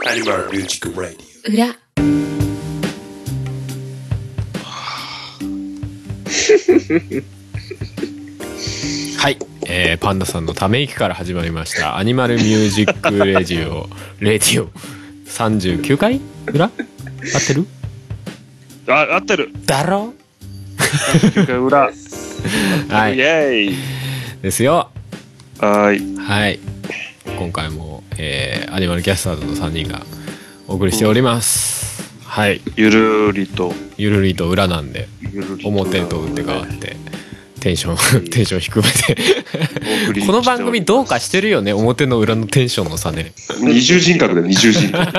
アニマルミュージックラディ裏はい、パンダさんのため息から始まりましたアニマルミュージックレディオ39回裏合ってる？ 合ってるだろ 39回裏はい、 イエーイですよ。 はい今回も、アニマルキャスターズの3人がお送りしております、はい。 ゆるりと裏なんで表と打って変わってテンション低めてこの番組どうかしてるよね。表の裏のテンションの差ね。 二重人格だよ、二重人格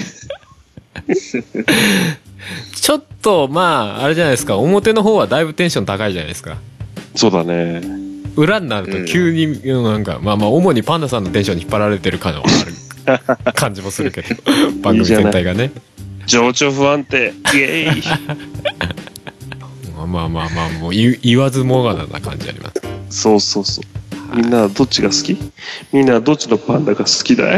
ちょっとまああれじゃないですか、表の方はだいぶテンション高いじゃないですか。 そうだね。 裏になると急になんか、まあ主にパンダさんのテンションに引っ張られてる感はある感じもするけど番組全体がね情緒不安定イエーイまあもう言わずもがな感じありますけど。 そう、みんなどっちが好き？みんなどっちのパンダが好きだい？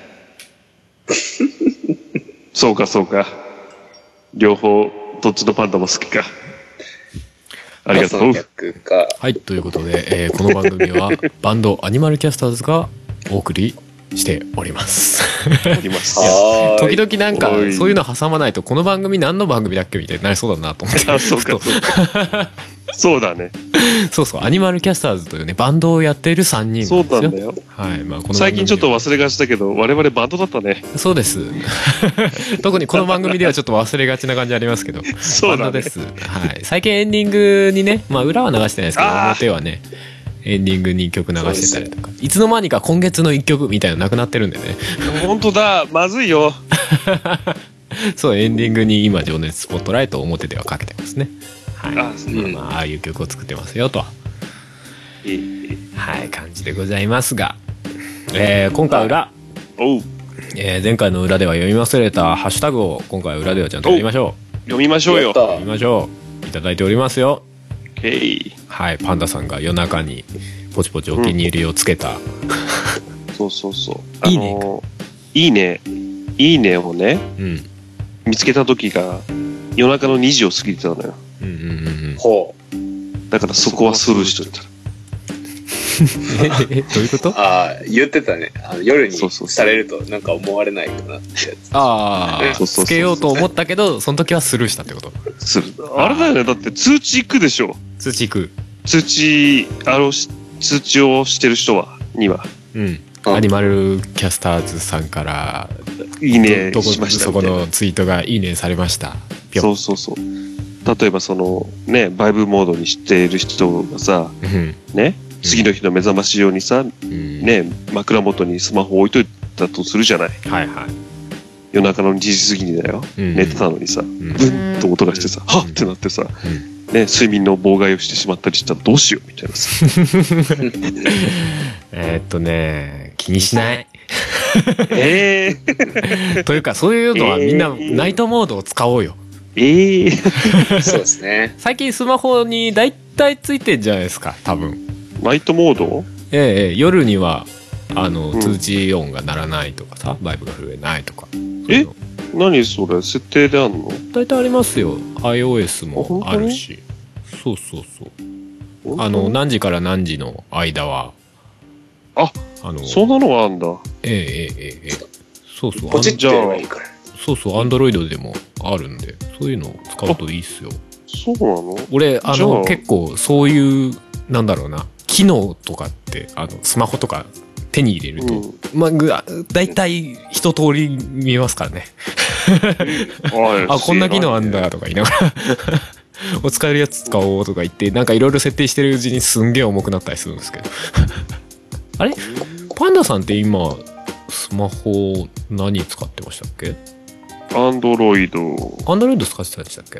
そうか両方どっちのパンダも好きか。ありがとう。 はい、ということで、この番組はバンドアニマルキャスターズがお送りしております時々なんかそういうの挟まないとこの番組何の番組だっけみたいになりそうだなと思って。 あ、そうかそうだね。 そうアニマルキャスターズというねバンドをやっている3人なんですよ。 そうなんだよ。 はい、まあ、この最近ちょっと忘れがちだけど我々バンドだったね。 そうです特にこの番組ではちょっと忘れがちな感じありますけどそうだね。 バンドです、はい、最近エンディングにね、まあ裏は流してないですけど表はねエンディングに曲流してたりとか、いつの間にか今月の1曲みたいなのなくなってるんでね本当だ、まずいよそう、エンディングに今情熱スポットライトを表ではかけてますね。はい、ああいう曲を作ってますよと、はい、感じでございますが、今回裏、前回の裏では読み忘れたハッシュタグを今回裏ではちゃんと読みましょう。 読みましょうよ。 いただいておりますよ。 はい、 パンダさんが夜中にポチポチお気に入りをつけた、 そういいねをね、見つけた時が夜中の2時を過ぎてたのよ。ほう。だからそこはスルーしといた。 どういうこと？ ああ、言ってたね。夜にされるとなんか思われないかなってやつ。 ああ、つけようと思ったけどその時はスルーしたってこと？ あれだよね。だって通知行くでしょ。 通知をしてる人には。 アニマルキャスターズさんからいいねしましたみたいな。 そこのツイートがいいねされました。 そう例えばそのねバイブモードにしている人がさ、ね、次の日の目覚まし用にさ、ね、枕元にスマホ置いといたとするじゃない。夜中の2時過ぎにだよ、寝てたのにさ、ブンと音がしてさ、はっってなってさ、ね、睡眠の妨害をしてしまったりしたらどうしようみたいなさ気にしないというかそういうのはみんなナイトモードを使おうよ。 そうですね。 最近スマホにだいたいついてんじゃないですか多分。 ナイトモード？ 夜には通知音が鳴らないとかさ、バイブが震えないとか。 何それ設定であんの？ 大体ありますよ。 iOS もあるし。そう何時から何時の間はそんなのがあんだ。 そうポチッとやればいいから。 そうAndroid でもあるんでそういうのを使うといいっすよ。 そうなの？ 俺結構そういうなんだろうな機能とかってスマホとか手に入れると、だいたい一通り見えますからねこんな機能あんだとか言いながらお使えるやつ使おうとか言ってなんかいろいろ設定してるうちにすんげえ重くなったりするんですけどあれパンダさんって今スマホ何使ってましたっけ？ アンドロイド使ってたんでしたっけ？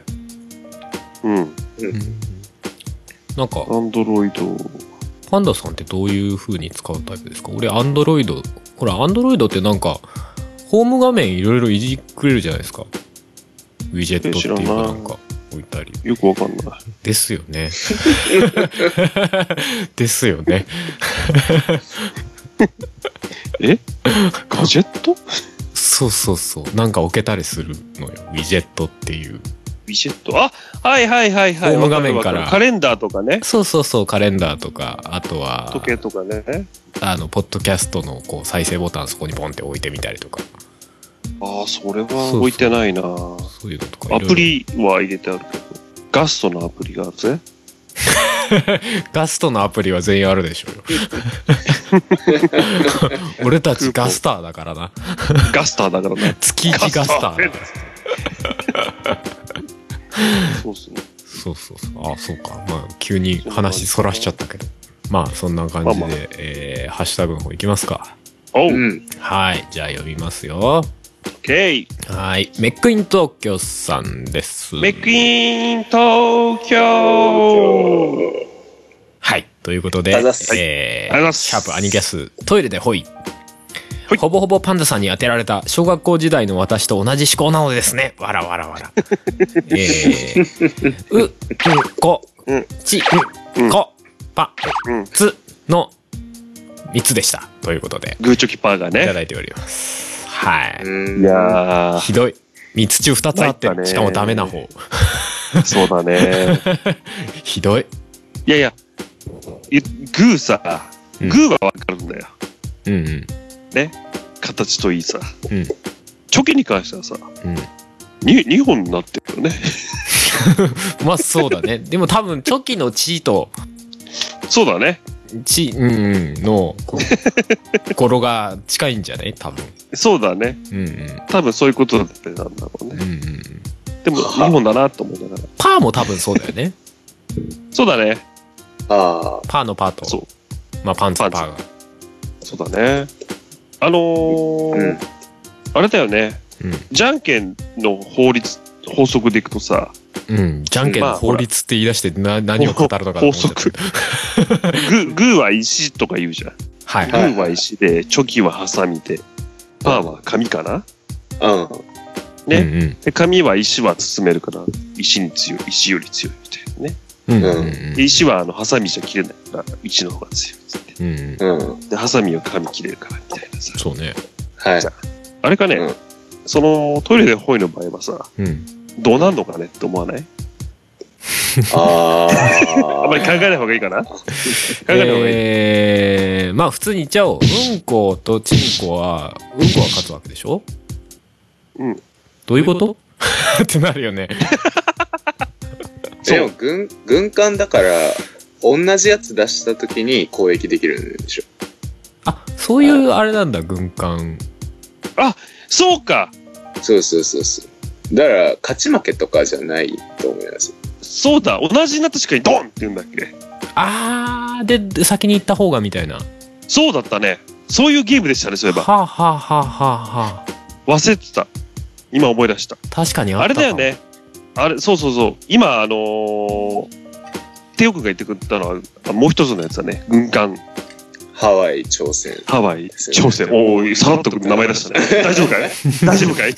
なんかアンドロイドパンダさんってどういう風に使うタイプですか？俺アンドロイドってなんかホーム画面いろいろいじくれるじゃないですか。ウィジェットっていうかなんか置いたり。 よくわかんない。 ですよねですよねガジェット？ そうそうそう。なんか置けたりするのよ。ウィジェットっていう。 ウィジェット、あ、はいはいはいはい。 ホーム画面からカレンダーとかね。 そうそうそう、カレンダーとか、あとは時計とかね。 ポッドキャストのこう再生ボタンそこにポンって置いてみたりとか。 ああ、それは置いてないな。 そういうのとか。 アプリは入れてあるけど、ガストのアプリがあるぜ。 ガストのアプリは全員あるでしょうよ。俺たちガスターだからな。 ガスターだからね。 月1ガスターだ。 そうそう。 そうそうそう。あ、そうか。まあ急に話そらしちゃったけど。まあそんな感じで、ハッシュタグの方いきますか。 おう。 はい。じゃあ読みますよ。 OK。 はい。メックイン東京さんです。 メックイン東京。 はい。ということで、シャープアニキャストイレでホイ。ほぼほぼパンダさんに当てられた小学校時代の私と同じ思考なのですね。わらわらわら。う、こ、ち、こ、ぱ、つの3つでした。ということで。 グーチョキパーがね。 いただいております。はい。 いやー。 ひどい。3つ中2つあって、しかもダメな方。 そうだね。 ひどい。 いやいや、グーさ、グーはわかるんだよ。 うんうん。 ね。形といいさ。 うん。 チョキに関してはさ、 うん 2本になってるよね。 まあそうだね。でも多分チョキのチとそうだね。 チの語呂が近いんじゃない多分。 そうだね。 うんうん。 多分そういうことだってなんだろうね。 うんうん。 でも2本だなと思いながら。 パーも多分そうだよね。 そうだね。 ああ。 パーのパーと。そう。まあパンツのパーが。 そうだね。あれだよね。じゃんけんの法則でいくとさ、 じゃんけんの法律って言い出して何を語るのかと思っちゃった。 法則。グーは石とか言うじゃん。 はい。 グーは石で、チョキはハサミで、パーは紙かな。ね。で、紙は石は包めるから、石より強いみたいなね。石はハサミじゃ切れないから、石の方が強いっつって。で、ハサミは紙切れるからみたいなさ。 そうね。 はい。 あれかね、そのトイレでホイの場合はさ、どうなんのかねって思わない？あんまり考えない方がいいかな？考えない方がいい。 まあ普通に言っちゃおう。うんことちんこは、うんこは勝つわけでしょ？ うん。 どういうことってなるよね。 でも軍艦だから同じやつ出した時に攻撃できるんでしょ。 あ、そういうあれなんだ、軍艦。 あ、そうか。 そう。だから勝ち負けとかじゃないと思います。 そうだ、同じになった瞬間にドンって言うんだっけ。 あー、で先に行った方がみたいな。 そうだったね。そういうゲームでしたね、そういえば。 はあ、はあはあはあ、 忘れてた。今思い出した。 確かにあったか。 あれだよね。あれ、そう。今、テオ君が言ってくれたのは、もう一つのやつだね。軍艦。 ハワイ、朝鮮。 おお、さらっと名前出したね。大丈夫かい？大丈夫かい？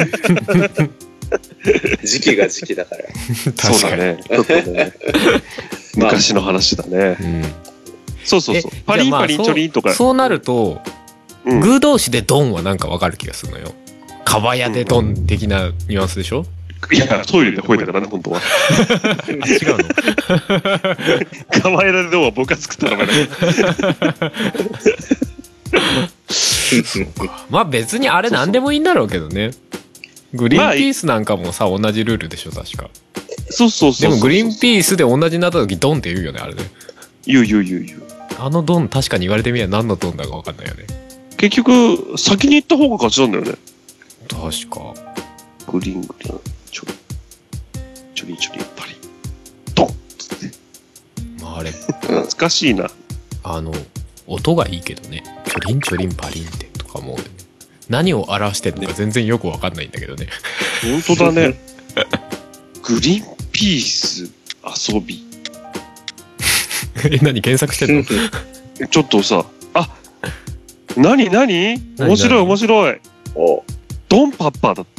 時期が時期だから。 そうだね。ちょっとね。昔の話だね。そう。パリンパリンチョリンとか。 そうなると、グー同士でドンはなんかわかる気がするのよ。かばやでドン的なニュアンスでしょ？ いや、トイレで吠えたからね、本当は。 違うの？ かばやでドンは僕が作った名前だ。 まあ別にあれ何でもいいんだろうけどね。グリーンピースなんかもさ、同じルールでしょ、確か。 そう。 でもグリーンピースで同じになった時ドンって言うよね、あれね。 言う。 あのドン確かに言われてみれば何のドンだか分かんないよね。 結局、先に行った方が勝ちなんだよね。 確か。 グリーン、チョリパリン、ドンつって。 まああれ。 懐かしいな。 音がいいけどね。チョリンパリンってとかも何を表してるのか全然よく分かんないんだけどね。 本当だね。グリーンピース遊び。 何検索してんの？ ちょっとさ、何面白い。ドンパッパーだって。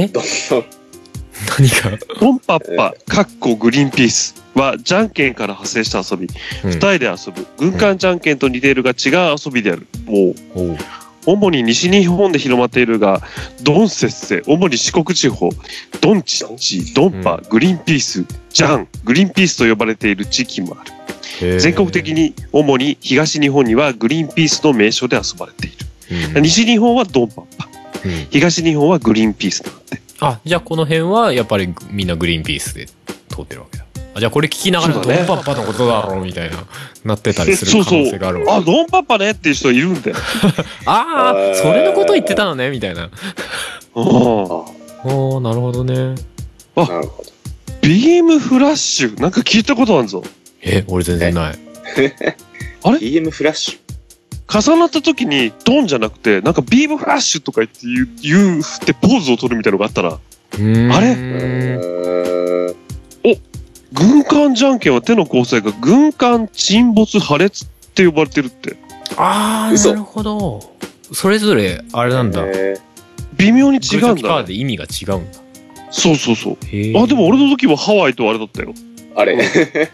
何が？ドンパッパーグリーンピースはじゃんけんから派生した遊び。二人で遊ぶ軍艦じゃんけんと似ているが違う遊びである。 主に西日本で広まっているが、ドンセッセ、主に四国地方、ドンチッチ、ドンパ、グリーンピース、ジャン、グリーンピースと呼ばれている地域もある。全国的に主に東日本にはグリーンピースの名称で遊ばれている。西日本はドンパッパ、東日本はグリーンピースなんて。 あ、じゃあこの辺はやっぱりみんなグリーンピースで通ってるわけだ。あ、じゃあこれ聞きながらドンパッパのことだろうみたいななってたりする可能性があるわけ。 あ、ドンパッパねっていう人いるんだよ。 ああ、それのこと言ってたのねみたいな。おお、なるほどね。 あ、なるほど。 ビームフラッシュなんか聞いたことあるぞ。 俺全然ない。 あれ BM フラッシュ重なった時にドンじゃなくてなんかビームフラッシュとか言ってポーズを取るみたいなのがあったら、あれお、軍艦じゃんけんは手の構成が軍艦沈没破裂って呼ばれてるって。 ああ、なるほど。それぞれあれなんだ。 微妙に違うんだ、ね。 カーで意味が違うんだ。 そうそうそう。あ、でも俺の時はハワイとあれだったよ。 あれ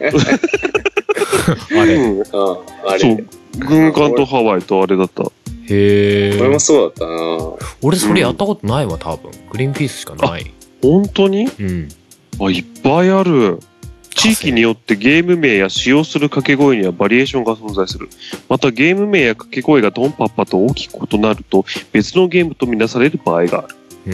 あれ、 あれ。 そう。軍艦とハワイとあれだった。 へえ。 俺もそうだったな。 俺それやったことないわ、多分。グリーンピースしかない。 本当に？ うん。 あ、いっぱいある。地域によってゲーム名や使用する掛け声にはバリエーションが存在する。またゲーム名や掛け声がドンパッパと大きく異なると別のゲームとみなされる場合がある。グ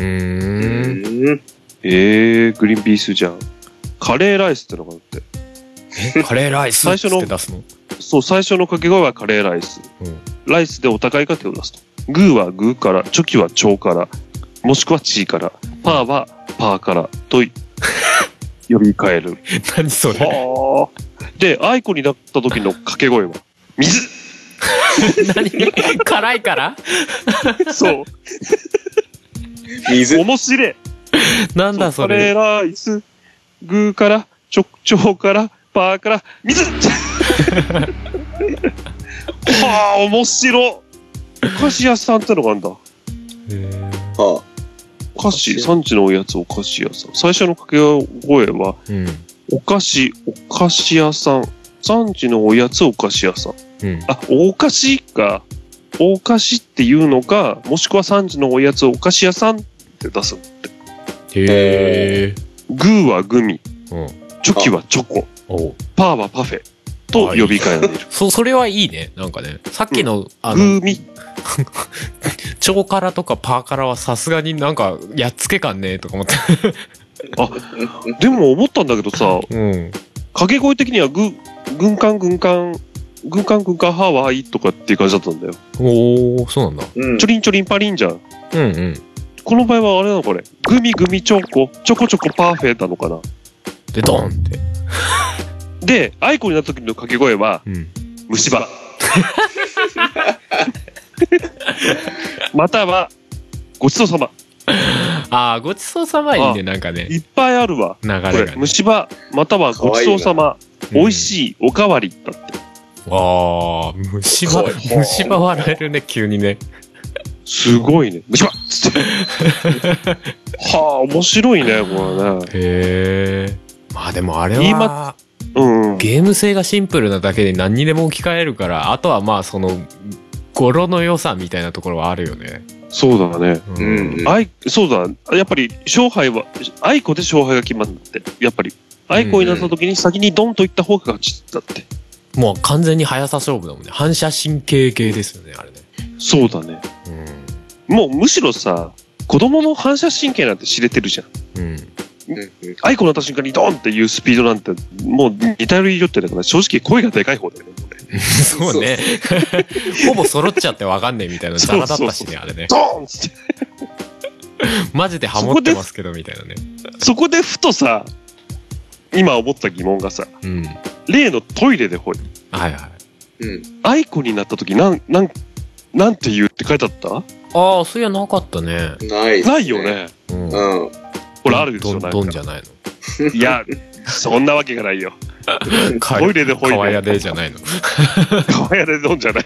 リーンピースじゃん。カレーライスってのがあって。 カレーライスって出すの？ そう、最初の掛け声はカレーライス。ライスでお互いが手を出すと。グーはグーから、チョキはチョウから、もしくはチーから、パーはパーからと呼び替える。 何それ？ で、アイコになった時の掛け声は、水何？辛いから？ そう。 水？ 面白い。 なんだそれ。 カレーライス、グーから、チョウから、パーから、水はあ、面白。お菓子屋さんってのがあるんだ。お菓子、3時のおやつお菓子屋さん。最初の掛け声は、お菓子屋さん。3時のおやつお菓子屋さん。あ、お菓子か。お菓子っていうのか、もしくは3時のおやつお菓子屋さんって出すのって。 へえ。 グーはグミ。チョキはチョコ。パーはパフェ。と呼び替えられる。 それはいいね。なんかね。さっきの、 グーミ。 チョカラとかパーカラはさすがになんかやっつけ感ねとか思って。 あ、でも思ったんだけどさ、掛け声的には軍艦ハワイとかっていう感じだったんだよ。 おー、そうなんだ。 ちょりんちょりんパリンじゃん。この場合はあれなのこれ。グミグミチョコ、チョコチョコパーフェなのかな。 で、ドンって。 で、アイコになった時の掛け声は、虫歯。または、ごちそうさま。 ああ、ごちそうさまいいね、なんかね。 いっぱいあるわ。 流れが、ね。 虫歯、またはごちそうさま。おいしい、おかわりだって。 ああ、虫歯笑えるね、急にね。 すごいね。虫歯っつって。はあ、面白いね、これね。 へえ。まあでもあれは、ゲーム性がシンプルなだけで何にでも置き換えるから、あとはまあその、語呂の良さみたいなところはあるよね。 そうだね。そうだ。やっぱり勝敗は、アイコで勝敗が決まるんだって。やっぱり。アイコになった時に先にドンといった方が勝ちだって。 もう完全に速さ勝負だもんね。反射神経系ですよね、あれね。 そうだね。もうむしろさ、子供の反射神経なんて知れてるじゃん。アイコになった瞬間にドンっていうスピードなんて、もう似たより以上ってだから正直声がでかい方だよね。 そうね。ほぼ揃っちゃってわかんねえみたいなザラだったしね、あれね。 ドーンって。 マジでハモってますけどみたいなね。 そこでふとさ、今思った疑問がさ、例のトイレでほい。 はいはい。 アイコになった時なんて言うって書いてあった？ ああ、そういやなかったね。 ないよね。これあるでしょ、 ドンじゃないの。いや、そんなわけがないよ。トイレでほいで。 川屋でじゃないの。 川屋でドンじゃない。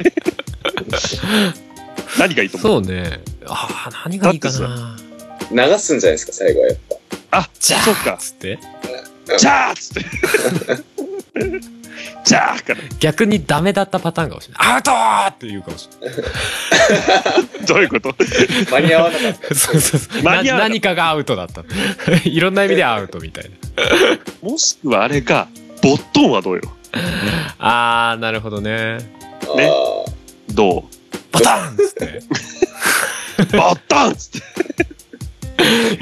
何がいいと思う？ そうね。ああ、何がいいかな。 流すんじゃないですか、最後はやっぱ。 あ、じゃあ、そうか。 つって。 じゃあつって。 じゃあから逆にダメだったパターンかもしれない。アウトーって言うかもしれない。 どういうこと？ 間に合わなかった。 そうそうそう。何かがアウトだった。いろんな意味でアウトみたいな。 もしくはあれか、ボットンはどうよ。 あー、なるほどね。 ね。どう？ ボタンっつって。 ボットンっつって。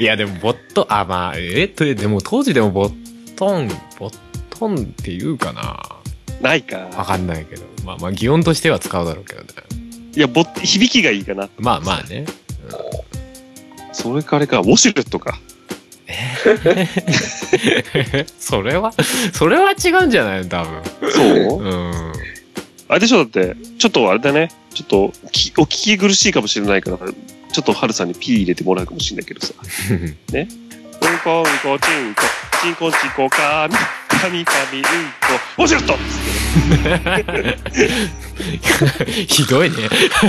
いやでもボット、あ、まあ、でも当時でもボットンって言うかな。 ないか。 わかんないけど。まあ擬音としては使うだろうけどね。 いや、響きがいいかな。 まあまあね。 それかあれか、ウォシュレットか。 それは違うんじゃないの多分。 そう？ うん。 あれでしょ、だって、ちょっとあれだね。ちょっと、お聞き苦しいかもしれないから、ちょっとハルさんにピー入れてもらうかもしれないけどさ。ね。うんこうんこちんこ、ちんこちんこかみ、かみかみうんこ、ウォシュレットっつって。ひどいね。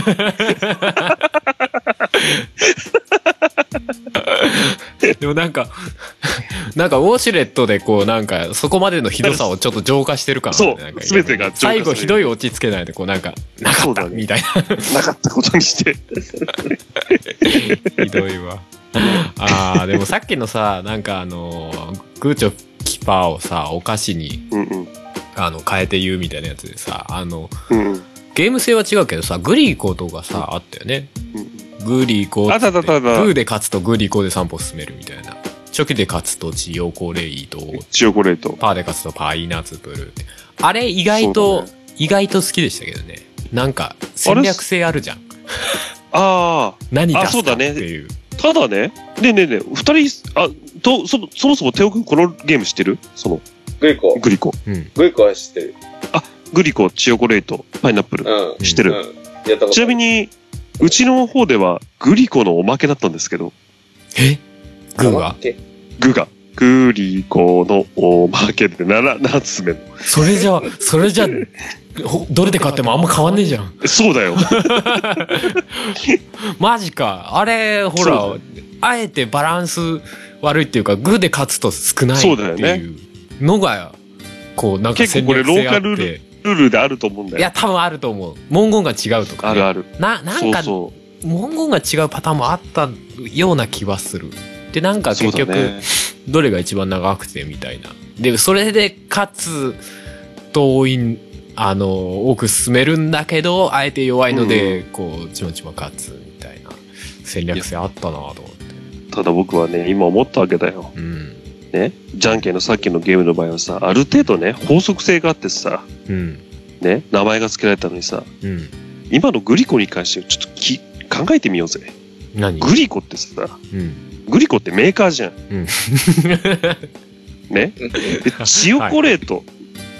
でもなんかウォシュレットでこうなんかそこまでのひどさをちょっと浄化してるから、 ね、そう全てが浄化最後ひどいオチつけないでこうなんかなかったみたいな、 なかったことにしてひどいわ。あーでもさっきのさなんかグーチョキパーをさお菓子に、 うんうん、 変えて言うみたいなやつでさうんうん、 ゲーム性は違うけどさグリコとかさ、あったよね、グリコってグーで勝つとグリコで3歩進めるみたいな、チョキで勝つとチヨコレイとパーで勝つとパイナツプルって、あれ意外と好きでしたけどね。なんか戦略性あるじゃん。 ああ何出すかっていう。 ただね、ね二人そもそもテオ君このゲーム知ってる？ グリコ、 うん、 グリコは知ってる。 あ、グリコ、チヨコレート、パイナップル、 うん、 知ってる、 うん、 ちなみにうちの方ではグリコのおまけだったんですけど。 グがグリコのおまけで7つ目の。 それじゃどれで買ってもあんま変わんねえじゃん。 そうだよ。 マジか。あれほらあえてバランス悪いっていうかグで勝つと少ないっていうのがこうなんか戦略性あって、 結構これローカルルールであると思うんだよ。 いや多分あると思う。文言が違うとか、ね、 あるなんかそう文言が違うパターンもあったような気はする。でなんか結局、ね、どれが一番長くてみたいな。でそれでかつ多く進めるんだけどあえて弱いので、こうちまちま勝つみたいな戦略性あったなと思って。 ただ僕はね今思ったわけだよ、 うん、 ね、じゃんけんのさっきのゲームの場合はさある程度ね法則性があってさ、 うんね、名前が付けられたのにさ、 うん、 今のグリコに関してちょっと考えてみようぜ。 何？ グリコってさ、 うん、 グリコってメーカーじゃん、 うん、 ね、でチヨコレート、はい、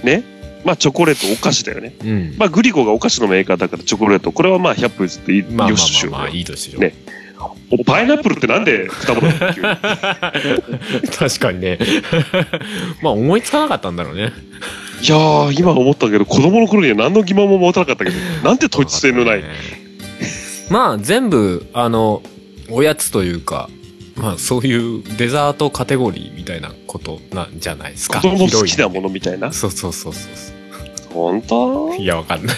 ね、まあチョコレートお菓子だよね、 うん、 まあグリコがお菓子のメーカーだからチョコレートこれはまあ100歩譲ってよしとしよう。 まあいいとしようね。パイナップルってなんで双子なのっていう確かにね。まあ思いつかなかったんだろうね。 いやー今思ったけど子供の頃には何の疑問も持たなかったけどなんて統一性のない、 まあ全部おやつというかまあそういうデザートカテゴリーみたいなことなんじゃないですか。 子供好きなものみたいな。 そう本当？ いやわかんない。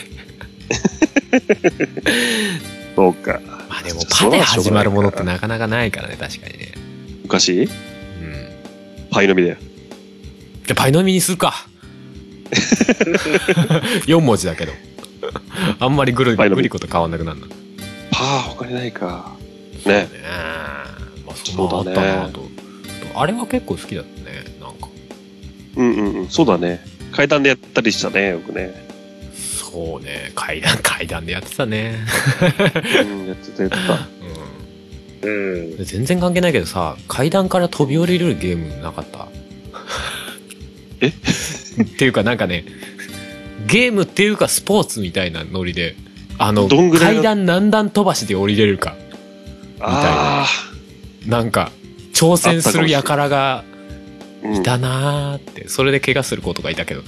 そうか。 まあでもパで始まるものってなかなかないからね。確かにね。 お菓子？うん。パイの実だよ。 じゃパイの実にするか。4文字だけど。あんまりグリコと変わんなくなるな。 パー他にないか。ね。 まあそうだね。あったなと。あれは結構好きだったね。なんか。 うんそうだね。階段でやったりしたねよくね。 そうね、階段でやってたね。 やってた。 全然関係ないけどさ、階段から飛び降りるゲームなかった？っていうかなんかね、ゲームっていうかスポーツみたいなノリで、階段何段飛ばしで降りれるかみたいな、なんか挑戦する輩がいたなーって、それで怪我する子とかいたけど。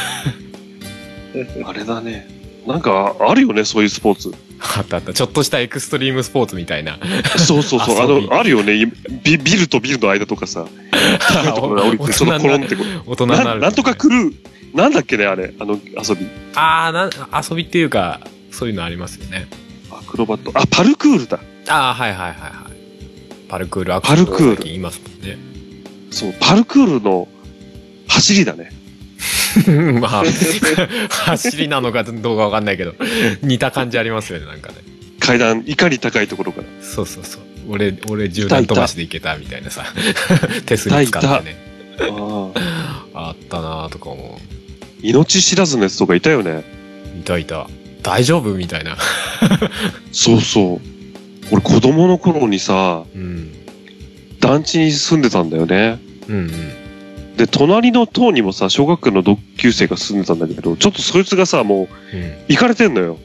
あれだね。なんかあるよねそういうスポーツ。 あったちょっとしたエクストリームスポーツみたいな。 そうあるよね。ビルとビルの間とかさ。大人になる。なんとかクルーなんだっけね、あれ、遊び。 遊びっていうか、そういうのありますよね。 アクロバット。パルクールだ。 はいはいはいはい。パルクールアクション。 パルクール。 言いますもんね。 そう、パルクールの走りだね。 まあ、走りなのかどうかわかんないけど、似た感じありますよね、なんかね。 階段、いかに高いところから。 そうそうそう。俺10段飛ばしでいけたみたいなさ。手すり使ってね。あったなぁとか思う。 命知らずのやつとかいたよね。 いた。大丈夫みたいな。 そうそう。俺子供の頃にさ、団地に住んでたんだよね。で、隣の棟にもさ、小学校の同級生が住んでたんだけど、ちょっとそいつがさ、もう、行かれてんのよ。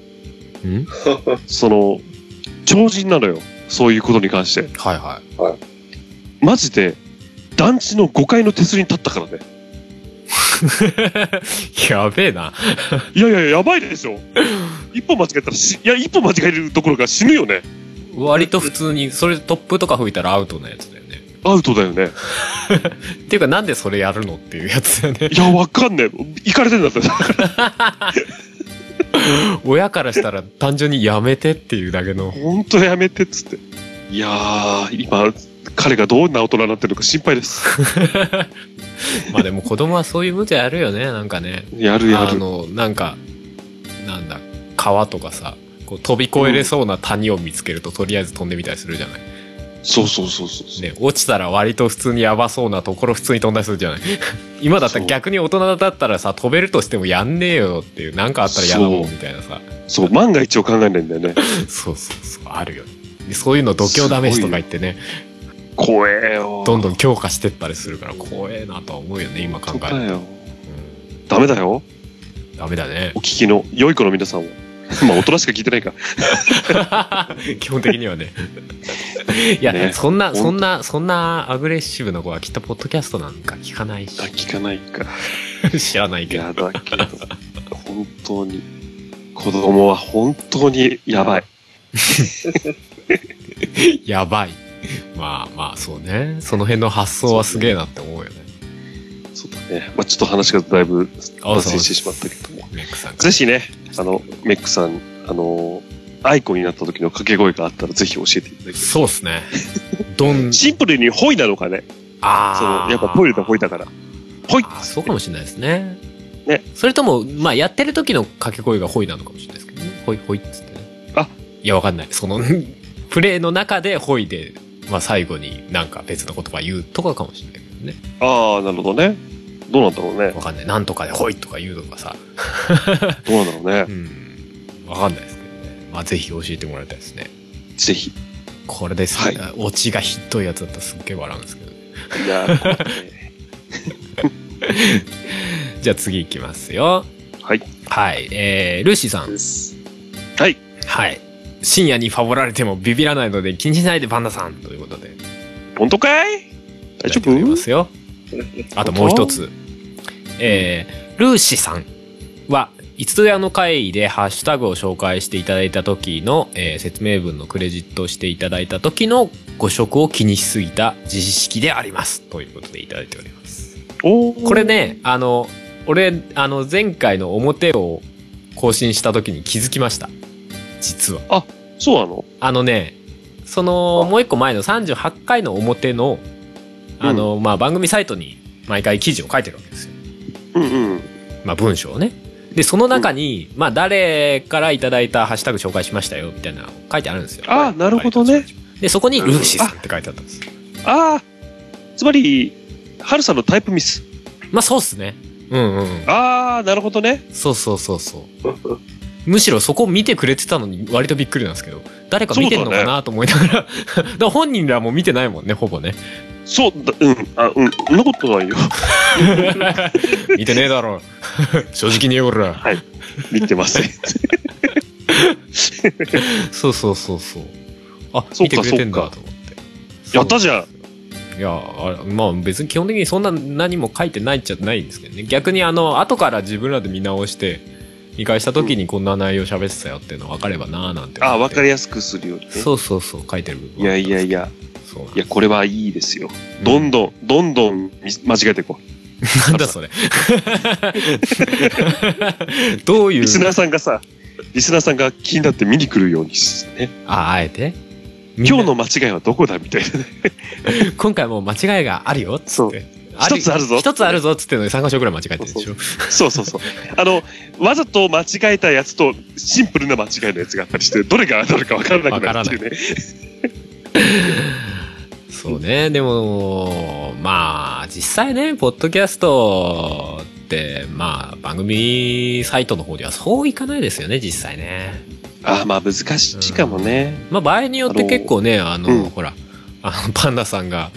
超人なのよ。そういうことに関して。 はいはい。 マジで、団地の5階の手すりに立ったからね。 やべえな。 いや、やばいでしょ。一歩間違えたら一歩間違えるどころか死ぬよね。 割と普通に、それ突風とか吹いたらアウトなやつだよね。 アウトだよね。 っていうか、なんでそれやるのっていうやつだよね。 いや、わかんねえ。行かれてんだって。 親からしたら単純にやめてっていうだけの。 ほんとやめてっつって。いやー、今、彼がどんな大人になってるのか心配です。 まあでも子供はそういう無茶やるよね、なんかね。 やる。 なんか、なんだ、川とかさ、こう飛び越えれそうな谷を見つけると、とりあえず飛んでみたりするじゃない。 そう。 ね、落ちたら割と普通にやばそうなところ普通に飛んだりするじゃない。今だったら逆に大人だったらさ、飛べるとしてもやんねえよっていう、なんかあったら嫌だもんみたいなさ。 そう、万が一を考えないんだよね。 そう、あるよね。そういうの度胸試しとか言ってね。 怖えよ。 どんどん強化してったりするから怖えなとは思うよね、今考えると。 ダメだよ。 ダメだね。 お聞きの良い子の皆さんは。まあ大人しか聞いてないか。 基本的にはね。いや、ね、そんなアグレッシブな子はきっとポッドキャストなんか聞かないし。 聞かないか。 知らないけど。 やだけど。本当に。子供は本当にやばい。 やばい。まあそうね。その辺の発想はすげえなって思うよね。 そうだね。まあちょっと話がだいぶ脱線してしまったけども。 メックさん。 ぜひね、メックさん、アイコンになった時の掛け声があったらぜひ教えていただきたい。 そうですね。 シンプルにホイなのかね。やっぱトイレでホイだから。ホイ。 そうかもしれないですね。 ね。 それとも、まあやってる時の掛け声がホイなのかもしれないですけどね。ホイホイっつってね。いや、わかんない。プレイの中でホイで、まあ最後になんか別の言葉言うとかかもしれないけどね。 なるほどね。どうなんだろうね。 わかんない。なんとかでホイとか言うとかさ。 どうなんだろうね。 わかんないですけどね。まあぜひ教えてもらいたいですね。 ぜひ。 これですね。オチがひどいやつだったらすっげえ笑うんですけどね。 いやじゃあ次いきますよ。 はい。 ルーシーさん。はい。深夜にファボられてもビビらないので気にしないでパンダさんということで。 本当かい？大丈夫？ いますよ。あともう一つ。ルーシさんはいつぞやの回でハッシュタグを紹介していただいた時の、説明文のクレジットをしていただいた時の誤植を気にしすぎた自意識でありますということでいただいております。これね、俺前回の表を更新した時に気づきました。実は。 そうなの？ もう一個前の38回の表のまあ番組サイトに毎回記事を書いてるわけですよ。まあ文章をね。でその中に、まあ誰からいただいたハッシュタグ紹介しましたよみたいなの書いてあるんですよ。 なるほどね。 でそこにルーシーさんって書いてあったんです。 つまりハルさんのタイプミス。 まあそうっすね。 なるほどね。 そう。むしろそこを見てくれてたのに割とびっくりなんですけど、誰か見てんのかなと思いながら、だから本人らも見てないもんね、ほぼね。 そんなことないよ。 見てねえだろ。正直に言うから。 はい。見てません。 そう。見てくれてんだと思って。 やったじゃん。 いや、まあ別に基本的にそんな何も書いてないっちゃないんですけどね。逆に後から自分らで見直して、見返した時にこんな内容喋ってたよっていうの分かればなーなんて。 分かりやすくするようにね。 そう書いてる部分。 いやこれはいいですよ。どんどん間違えていこう。 なんだそれ。どういう。 リスナーさんが気になって見に来るようにね。 あえて今日の間違いはどこだみたいなね。 今回も間違いがあるよっつって。 一つあるぞ。 一つあるぞっつってのに3箇所ぐらい間違えてるでしょ。 そうそうそう。わざと間違えたやつとシンプルな間違いのやつがあったりして、どれがどれか分からなくなるっていうね。 そうね。でも、まあ、実際ね、ポッドキャストって、まあ、番組サイトの方ではそういかないですよね、実際ね。 まあ、難しいかもね。 まあ、場合によって結構ね、ほら、パンダさんが、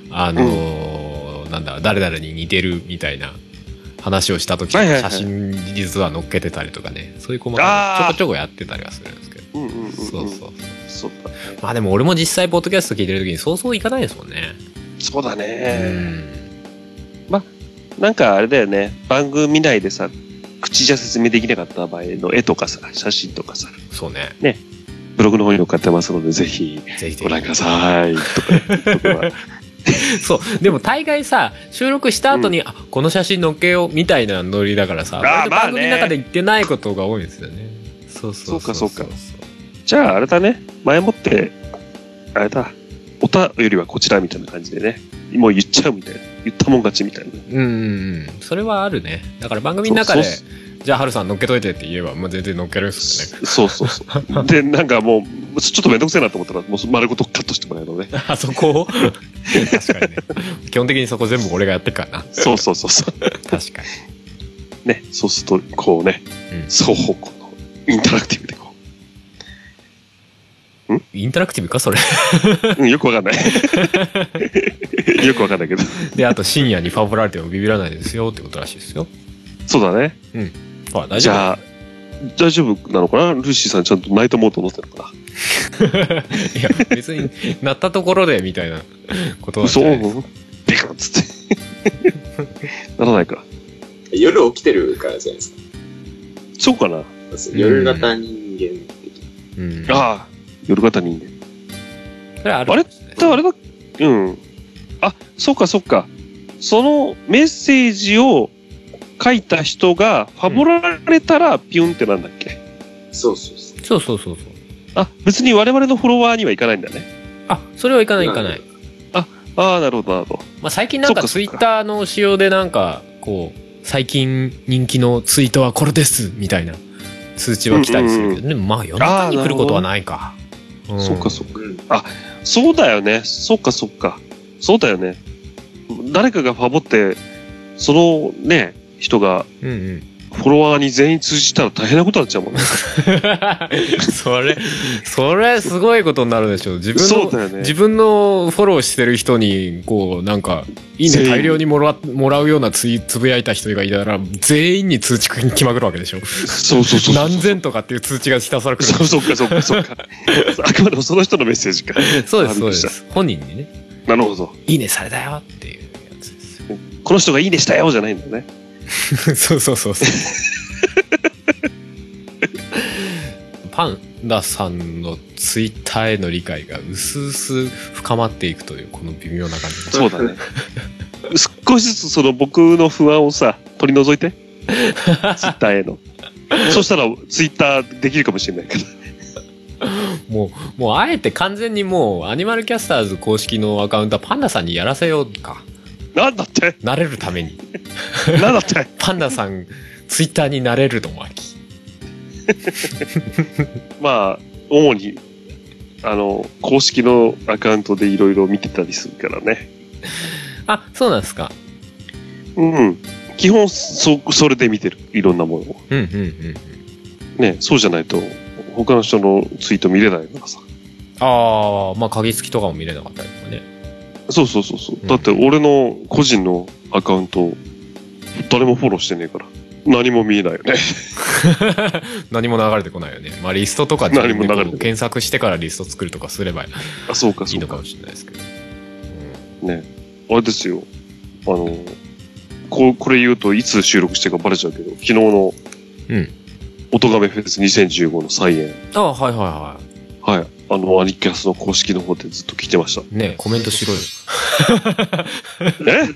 なんだ、誰々に似てるみたいな話をした時に写真実は載っけてたりとかね、そういう細かいちょこちょこやってたりはするんですけど。そうだね。まあでも俺も実際ポッドキャスト聞いてる時にそうそういかないですもんね。 そうだね。まあなんかあれだよね、番組内でさ、口じゃ説明できなかった場合の絵とかさ、写真とかさ、 そうね。 ね、ブログの方に載っかってますので、ぜひご覧くださいとか。 そうでも大概さ、収録した後に、この写真載っけようみたいなノリだからさ、番組の中で言ってないことが多いんですよね。そうか。じゃああれだね、前もってあれだ、おたよりはこちらみたいな感じでね、もう言っちゃうみたいな、言ったもん勝ちみたいな。 それはあるね。だから番組の中でじゃあハルさん乗っけといてって言えば、もう全然乗っけるんですよね。 そうで、なんかもうちょっとめんどくせえなと思ったら、もう丸ごとカットしてもらえるのね。 あそこ確かにね。基本的にそこ全部俺がやってっからな。 そう確かにね。そうするとこうね、双方向のインタラクティブでこう。 インタラクティブかそれ。 よくわかんない。よくわかんないけど。 で、あと深夜にファボられてもビビらないですよってことらしいですよ。 そうだね。 大丈夫。 じゃあ大丈夫なのかな。ルーシーさんちゃんとナイトモード乗ってるのかな。 いや別になったところでみたいなことはそうビカッつってならないか。 夜起きてるからじゃないですか。 そうかな。 夜型人間的。 ああ、夜型人間。 それある。 あれってあれだ。あ、そっか。そのメッセージを書いた人がファボられたらピュンってなんだっけ。 そう。 あ、別に我々のフォロワーにはいかないんだね。 あ、それはいかない。 なるほど。 まあ最近なんかツイッターの仕様でなんかこう最近人気のツイートはこれですみたいな通知は来たりするけど、でもまあ夜中に来ることはないか。 そっか。あ、そうだよね。そっか。そうだよね。誰かがファボってそのね人がフォロワーに全員通じたら大変なことになっちゃうもんね。 それすごいことになるでしょ。自分のフォローしてる人にこうなんかいいね大量にもらうようなつぶやいた人がいたら全員に通知に来まくるわけでしょ。 そう。 何千とかっていう通知がひたすら来る。 そうか。あくまでもその人のメッセージか。 そうです。本人にね。 なるほど。 いいねされたよっていうやつですよ。 この人がいいねしたよじゃないんだね。 そう。パンダさんのツイッターへの理解が薄々深まっていくというこの微妙な感じ。 そうだね。少しずつその僕の不安をさ取り除いて。ツイッターへの。そしたらツイッターできるかもしれないから。 もうあえて完全にもうアニマルキャスターズ公式のアカウントはパンダさんにやらせようか。 なんだって慣れるために。 なんだってパンダさんツイッターになれるの巻。 まあ主に公式のアカウントでいろいろ見てたりするからね。 あ、そうなんですか。 基本それで見てる、いろんなものを。ね、そうじゃないと他の人のツイート見れないからさ。 まあ鍵付きとかも見れなかったりとかね。 そう。だって俺の個人のアカウント誰もフォローしてねえから何も見えないよね。 何も流れてこないよね。まあリストとかで検索してからリスト作るとかすればいいのかもしれないですけど。 ね、あれですよ。これ言うといつ収録してるかバレちゃうけど、昨日の音亀フェス2015の再演。 はい。 はい。 アニキャスの公式の方でずっと聞いてました。 ね、コメントしろよ。 え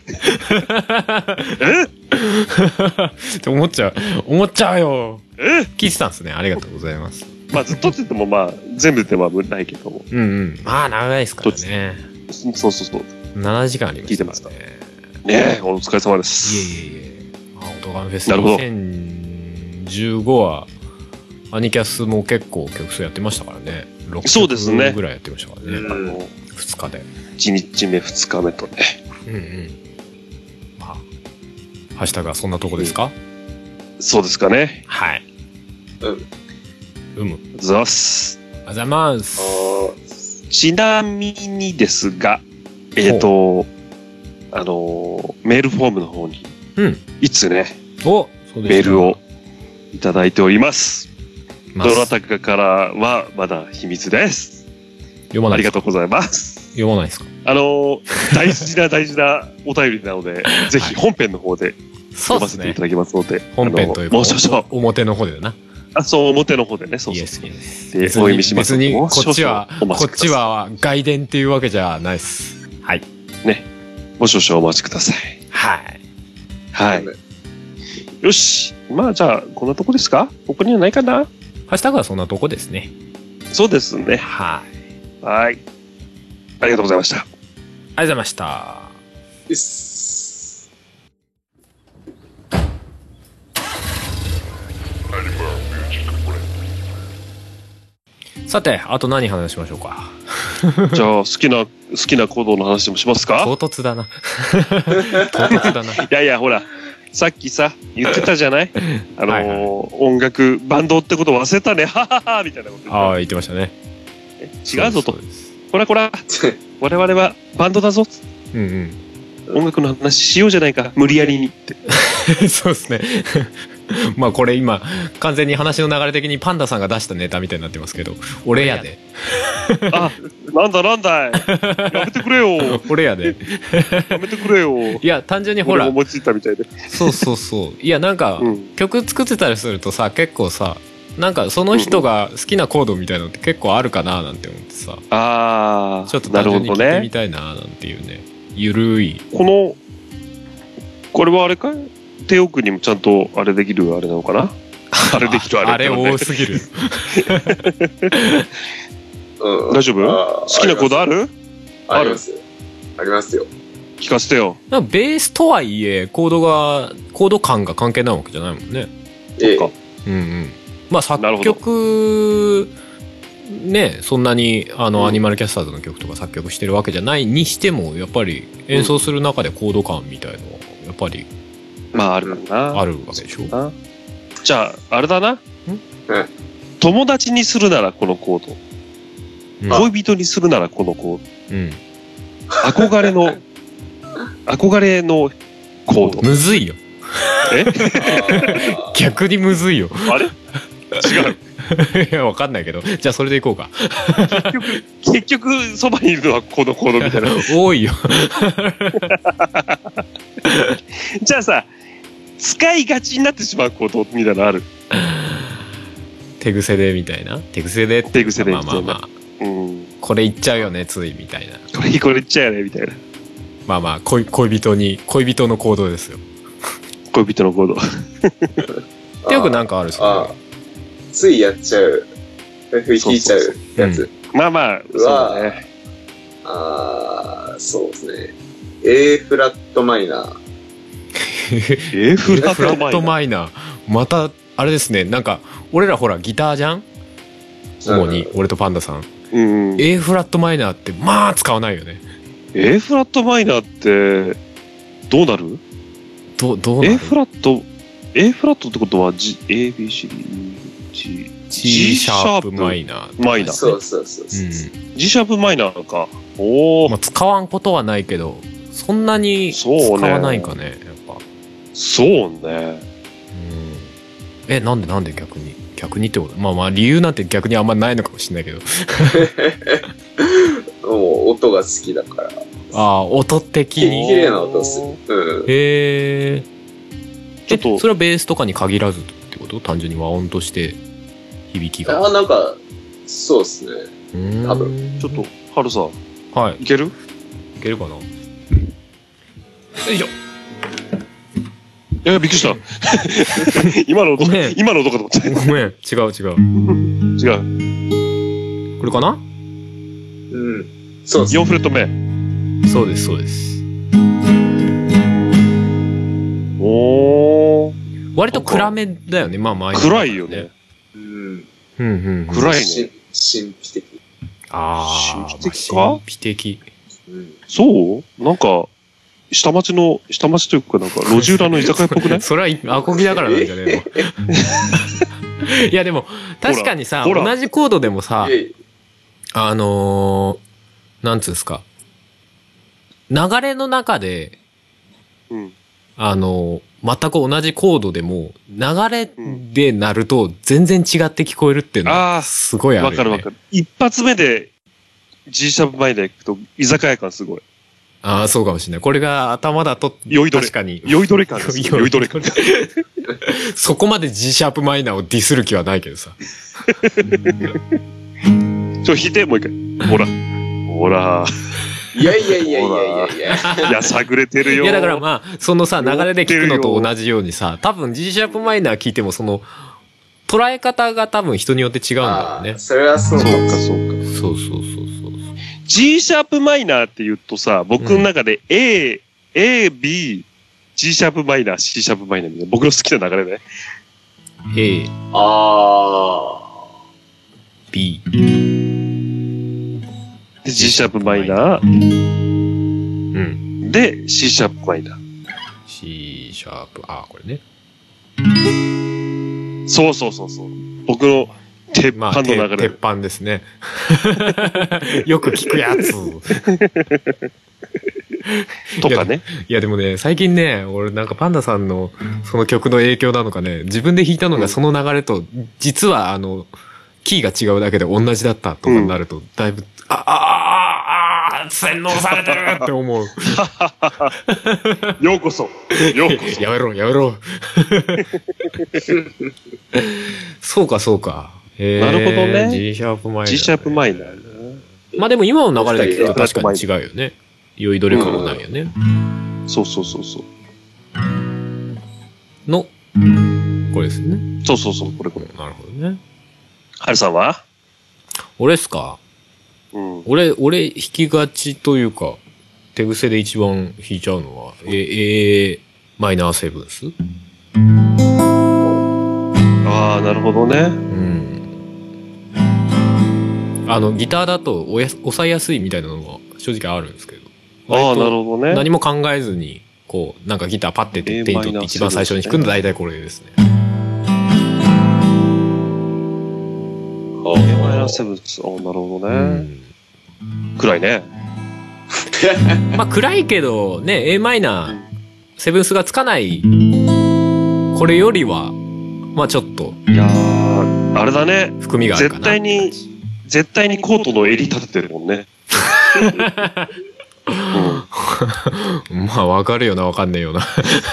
って思っちゃうよ。聞いてたんですね。ありがとうございます。 まあずっとって言ってもまあ全部ではないけども。 うんうん。まあ長いですからね。 そう。 7時間ありましたね。 聞いてました。ねえ、お疲れ様です。 いえ。オトガメフェス2015はアニキャスも結構曲数やってましたからね。 そうですね。 6曲ぐらいやってましたからね。2日で。 1日目2日目とね。 うんうん。まあハッシュタグはそんなとこですか？ そうですかね。 はい。 ありがとうございます。 ありがとうございます。 ちなみにですが、メールフォームの方に、いつね、メールをいただいております。どなたかからはまだ秘密です。 読まないですか？ ありがとうございます。 読まないですか？ 大事なお便りなので、ぜひ本編の方で読ませていただきますので、 本編というか、表の方でな。 そう、表の方でね、そう。 で、 お読みします。 別に、こっちは外伝っていうわけじゃないです。はい。 ね。もう少々お待ちください。 はい。 はい。よし。まあ、じゃあ、こんなとこですか？ここにはないかな？ ハッシュタグはそんなとこですね。 そうですね。 はい。 はい。ありがとうございました。 ありがとうございました。さて、あと何話しましょうか。 じゃあ、好きな行動の話でもしますか？ 唐突だな。いや、ほら、さっきさ、言ってたじゃない？音楽、バンドってこと忘れたね。はははみたいなこと。 ああ、言ってましたね。 違うぞと。こら。我々はバンドだぞ。音楽の話しようじゃないか。無理やりにって。 そうですね。まあこれ今完全に話の流れ的にパンダさんが出したネタみたいになってますけど、俺やで。 あ、なんだやめてくれよ。 俺やで。 やめてくれよ。 いや単純にほら思いついたみたいで。 そういやなんか、曲作ってたりするとさ、結構さ、なんかその人が好きなコードみたいなのって結構あるかななんて思ってさ、ちょっと単純に聞いてみたいななんていうね、ゆるい。 これはあれかい？手奥にもちゃんとあれできるあれなのかな？あれできるあれ。 あれ多すぎる。 大丈夫？好きなコードある？ ありますよ。 聞かせてよ。 ベースとはいえコード感が関係ないわけじゃないもんね。 そっか。 まあ作曲ね、そんなにアニマルキャスターズの曲とか作曲してるわけじゃないにしても、やっぱり演奏する中でコード感みたいのはやっぱりまああるかな。 あるわけでしょ。 じゃああれだな。友達にするならこのコード、恋人にするならこのコード、憧れのコード。 むずいよ。逆にむずいよ。 あれ？違う。 いや、わかんないけど。じゃあそれでいこうか。 結局そばにいるのはこのコードみたいな。 多いよ。 じゃあさ、使いがちになってしまうコードみたいなのある？ 手癖でみたいな。手癖でみたいな。これ言っちゃうよね、ついみたいな。 これ言っちゃうよねみたいな。 まあ恋人の行動ですよ。 恋人の行動。 ってよくなんかあるさ。 ついやっちゃう。弾いちゃうやつ。 まあ、そうだね。 そうですね。A フラットマイナー。 A フラットマイナー。また、あれですね。なんか、俺らほらギターじゃん？主に、俺とパンダさん。A フラットマイナーってまあ使わないよね。 A フラットマイナーってどうなる？ どうなる？ A フラットってことは A B C D G シャープマイナー。 そう。 G シャープマイナーか。 まあ使わんことはないけど、そんなに使わないかね、やっぱ。 そうね。 なんで逆にってこと？まあ理由なんて逆にあんまないのかもしれないけど。 もう音が好きだから。 音的に。 綺麗な音する。 ちょっとそれはベースとかに限らずってこと？単純に和音として響きが。 なんかそうですね。 多分。 ちょっと、ハルさん、 はい。 いける？ いけるかな。よいしょ。 びっくりした。今の音、今の音かと思って。 ごめん、違う。 違う。 これかな？ うん。そうです。 4フレット目。 そうです。 おー。 割と暗めだよね、まあ暗いよね。 うん。 暗いね。 神秘的。 ああ、 神秘的か？ 神秘的。 そう？なんか、下町というか、なんか、路地裏の居酒屋っぽくない？ それはアコギだからなんじゃねえの。いやでも、確かにさ、同じコードでもさ、なんつうんですか。流れの中で、全く同じコードでも、流れで鳴ると全然違って聞こえるっていうのは、すごいあるよね。 わかる。一発目で G シャープマイナー行くと、居酒屋感すごい。 ああ、そうかもしれない。これが頭だと、確かに。 酔いどれ感です。酔いどれ感。 そこまで G シャープマイナーをディスる気はないけどさ。 弾いて、もう一回。ほら。 いや。いや、探れてるよ。 いや、だからまあ、そのさ、流れで聞くのと同じようにさ、多分 G シャープマイナー聞いても、その、捉え方が多分人によって違うんだろうね。 それはそうか。 そう。 G シャープマイナーって言うとさ、僕の中で A、B、G シャープマイナー、C シャープマイナーみたいな、僕の好きな流れね。 A。B。 で、G シャープマイナー。で、C シャープマイナー。 C シャープ、これね。 そう。僕の鉄板の流れ。 鉄板ですね。よく聞くやつ。 とかね。 いやでもね、最近ね、俺なんかパンダさんのその曲の影響なのかね、自分で弾いたのがその流れと、実はキーが違うだけで同じだったとかになると、だいぶ、洗脳されてるって思う。 ようこそ。 やめろ。そうか。 なるほどね。 G シャープマイナー。 G シャープマイナー。 まあでも今の流れで聞くと確かに違うよね。酔いどれ感もないよね。 そう。 の、これですね。 そう、これ。 なるほどね。 はるさんは？ 俺っすか？俺弾きがちというか、手癖で一番弾いちゃうのは、A マイナーセブンス？ なるほどね。 ギターだと抑えやすいみたいなのが正直あるんですけど。 なるほどね。 何も考えずに、こう、なんかギターパッて手に取って一番最初に弾くの大体これですね。 A マイナーセブンス。なるほどね。暗いね。 まあ暗いけど、ね、A マイナー、セブンスがつかない、これよりは、まあちょっと。 いやー、あれだね。 含みがあるかな。 絶対にコートの襟立ててるもんね。 まあわかるよな、わかんねえよな。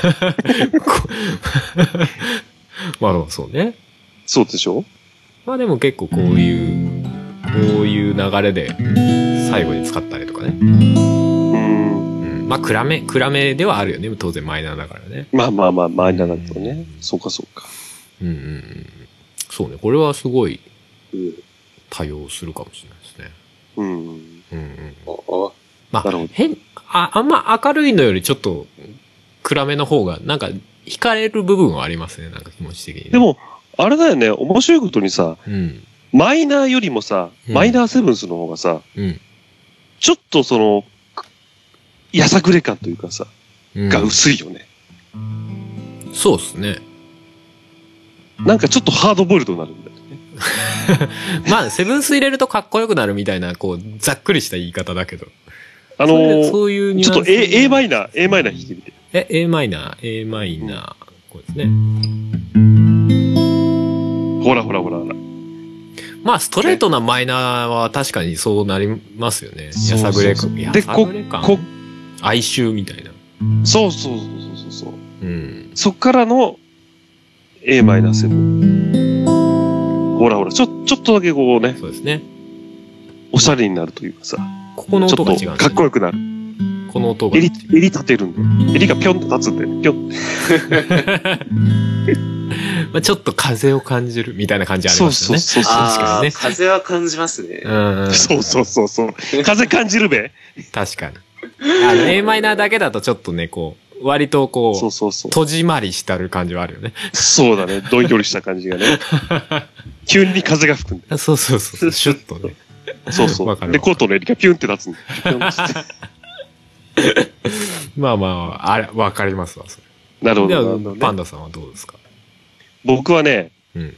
まあそうね。 そうでしょ？ まあでも結構こういう流れで最後に使ったりとかね。まあ暗めではあるよね。当然マイナーだからね。 まあマイナーだけどね。そうか。 そうね。これはすごい多用するかもしれないですね。まああんま明るいのよりちょっと暗めの方がなんか惹かれる部分はありますね。なんか気持ち的にね。 でもあれだよね。面白いことにさ、マイナーよりもさ、マイナーセブンスの方がさ、ちょっとそのやさぐれ感というかさ、が薄いよね。 そうですね。 なんかちょっとハードボイルドになるんだよね。 まあセブンス入れるとかっこよくなるみたいなこうざっくりした言い方だけど。そういうニュアンス。 ちょっと A マイナー弾いてみて。 A マイナー、こうですね。 ほら。 まあストレートなマイナーは確かにそうなりますよね。やさぐれ感。 で、 哀愁みたいな。 そう。そっからの A マイナーセブン。ほら、ちょっとだけこうね。 そうですね。 おしゃれになるというかさ、 ここの音が違うんだよね。 かっこよくなる。 この音が。 襟立てるんだよ。襟がぴょんと立つんだよね。ぴょん。 まあちょっと風を感じるみたいな感じありますよね。 そう確かにね。 風は感じますね。 そう。風感じるべ。 確かに。A マイナーだけだとちょっとね、こう、割とこう、 そう。 戸締まりしたる感じはあるよね。 そうだね。どんよりした感じがね。急に風が吹くんだよ。 そう。シュッとね。 そう。で、コートの襟がピュンって立つんだよ。ピュンってまあ、あれ、わかりますわ、それ。 なるほでど。 は、パンダさんはどうですか？ 僕はね、 うん。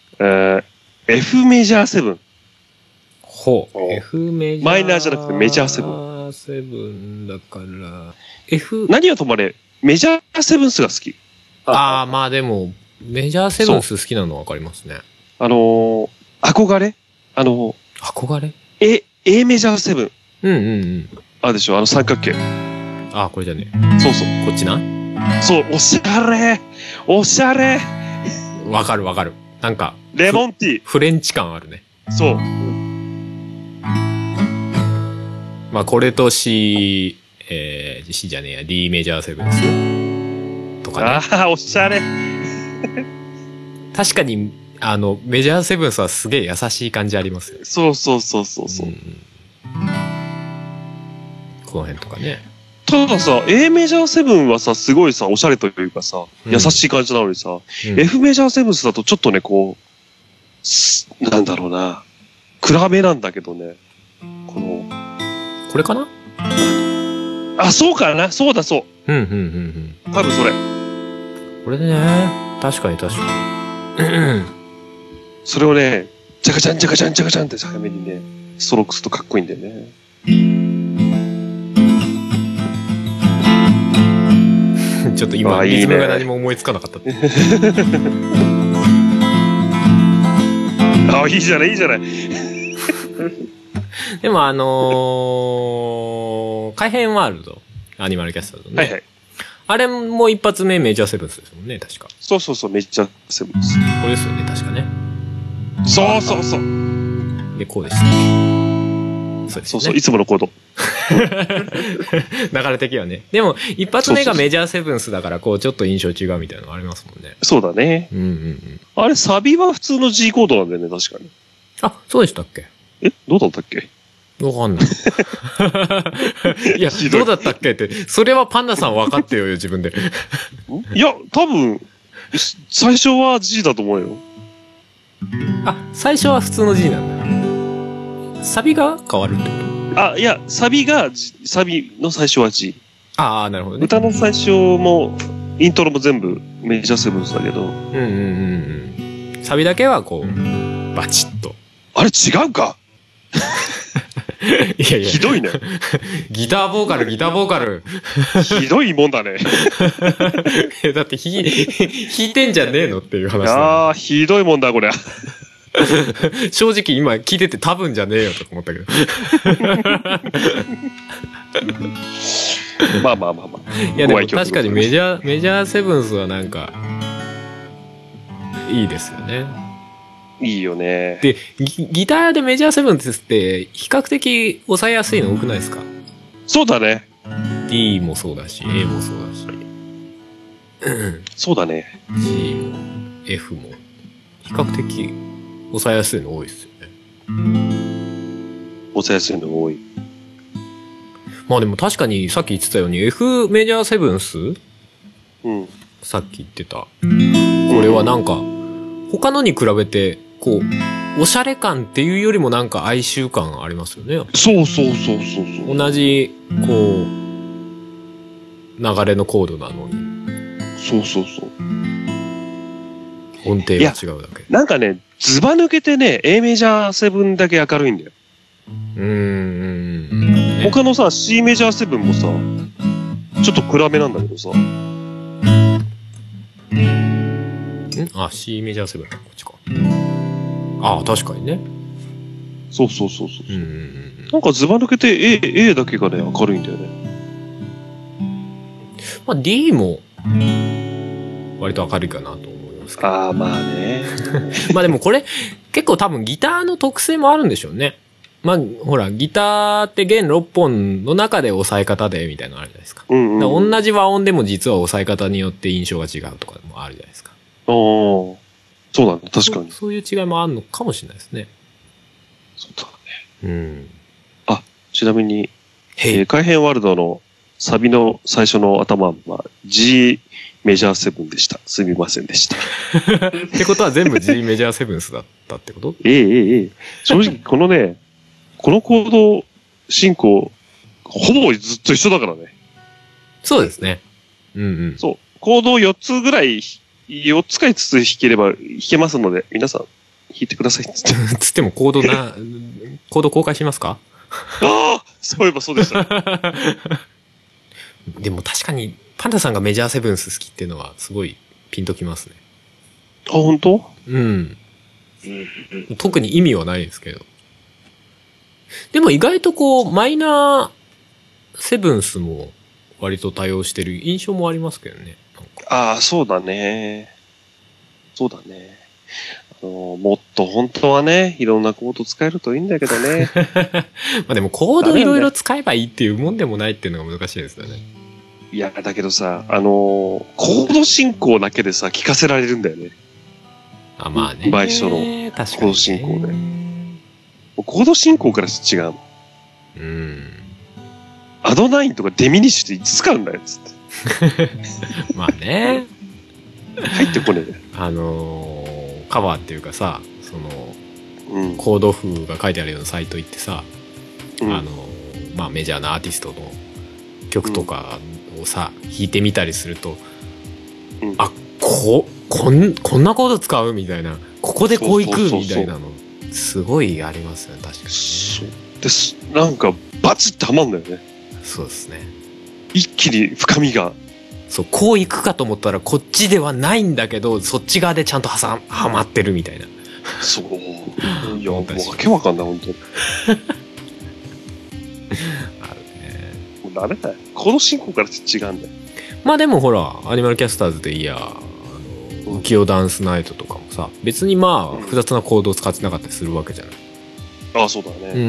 F メジャー7。 ほう。F メジャー。 マイナーじゃなくてメジャー7。 7だから、F。 何はともあれ、メジャー7スが好き。 ああ、まあでも、メジャーセブンス好きなのわかりますね。 憧れ憧れ A メジャー7。 うん。 あるでしょ三角形。 あ、これじゃね。 そう。 こっちな。 そう、おしゃれ。 わかる。なんか、 レモンティー。 フレンチ感あるね。 そう。 まあ、これと C じゃねえや、D メジャーセブンスとかね。 ああ、おしゃれ。 確かに、メジャーセブンスはすげえ優しい感じありますよね。 そう。 この辺とかね。 たださ、A メジャー7はさ、すごいさ、おしゃれというかさ、優しい感じなのにさ、F メジャー7だとちょっとね、こう、なんだろうな、暗めなんだけどね、 これかな？ あ、そうかな、そうだそう。 多分それ。 これね、確かに。 それをね、ジャカジャンって坂目にね、ストロークするとかっこいいんだよね。 ちょっと今、リズムが何も思いつかなかったって。 いいじゃない。 でも改変ワールド、アニマルキャスターズね。はい。あれも一発目メジャーセブンスですもんね、確か。 そう、メジャーセブンス。 これですよね、確かね。 そう。 で、こうでしたっけ？ そう、いつものコード。 流れ的はね。でも、一発目がメジャーセブンスだから、こう、ちょっと印象違うみたいなのありますもんね。 そうだね。あれ、サビは普通の G コードなんだよね、確かに。 あ、そうでしたっけ？ どうだったっけ？ わかんない。いや、どうだったっけって、それはパンダさん分かってよ、自分で。 いや、多分、最初は G だと思うよ。 あ、最初は普通の G なんだ。サビが変わるってこと？ いや、サビの最初は G。 ああ、なるほどね。 歌の最初も、イントロも全部メジャーセブンスだけど。 サビだけはこう、バチッと。あれ違うかいや。 ひどいね。 ギターボーカル。 ひどいもんだね。 だって弾いてんじゃねえのっていう話。 ああ、ひどいもんだ、これ。 正直今聞いてて多分じゃねえよとか思ったけど。 まあ。 いやでも確かにメジャーセブンスはなんか、いいですよね。 いいよね。 で、ギターでメジャーセブンスって比較的抑えやすいの多くないですか？ そうだね。 D もそうだし、A もそうだし。 そうだね。 G も F も比較的抑えやすいの多いですよね。 抑えやすいの多い。 まあでも確かにさっき言ってたように F メジャーセブンス、さっき言ってた。これはなんか他のに比べてこうおしゃれ感っていうよりもなんか哀愁感ありますよね。 そう。 同じこう流れのコードなのに。 そう。 音程が違うだけ。 なんかね、ズバ抜けてね、A メジャー7だけ明るいんだよ。他のさ、C メジャー7もさ、ちょっと暗めなんだけどさ。 C メジャー7、こっちか。確かにね。 そう。なんかズバ抜けて A だけがね、明るいんだよね。 まあ D も、割と明るいかなと思いますけど。 まあね。 まあでもこれ、結構多分ギターの特性もあるんでしょうね。 まあ、ほら、ギターって弦6本の中で押さえ方で、みたいなのあるじゃないですか。 うんうん。 だから同じ和音でも実は押さえ方によって印象が違うとかもあるじゃないですか。 おー。そうなんだ、確かに。 そういう違いもあるのかもしれないですね。 そうだね。 うん。 ちなみに、 へい。 改編ワールドのサビの最初の頭は G メジャー7でした。すみませんでした。 ってことは全部 G メジャーセブンスだったってこと？ ええ。正直、このね、このコード進行、ほぼずっと一緒だからね。 そうですね。うんうん。 そう。コードを4つぐらい、4つか5つ弾ければ弾けますので、皆さん弾いてくださいっつって。 つってもコード公開しますか？ ああそういえばそうでした。 でも確かにパンダさんがメジャーセブンス好きっていうのはすごいピンときますね。 あ、本当？ うん。特に意味はないですけど。でも意外とこう、マイナーセブンスも割と多用してる印象もありますけどね。 ああ、そうだね。そうだね。もっと本当はね、いろんなコード使えるといいんだけどね。 まあでもコードいろいろ使えばいいっていうもんでもないっていうのが難しいですよね。 いや、だけどさ、コード進行だけでさ、聞かせられるんだよね。 あ、まあね。 バイソの確かに、ね、 コード進行で。コード進行から違う。 うん。 アドナインとかデミニッシュっていつ使うんだよ、つって。 まあね。 入ってこねえ。 カバーっていうかさ、その、コード譜が書いてあるようなサイト行ってさ、まあメジャーなアーティストの曲とかをさ、弾いてみたりすると、あ、こんなコード使うみたいな、ここでこういくみたいなの、すごいありますよね、確かに、ね。 そうで、なんかバチッとはまんだよね。 そうですね。 一気に深みが。 そう、こういくかと思ったらこっちではないんだけど、そっち側でちゃんとはまってるみたいな。 そう。いや、もうわけわかんない、本当に。 あるね。 もうダメだよ。この進行から違うんだよ。 まあでもほら、アニマルキャスターズでいや、浮世ダンスナイトとかもさ、別にまあ、複雑なコードを使ってなかったりするわけじゃない。 ああ、そうだね。 うん。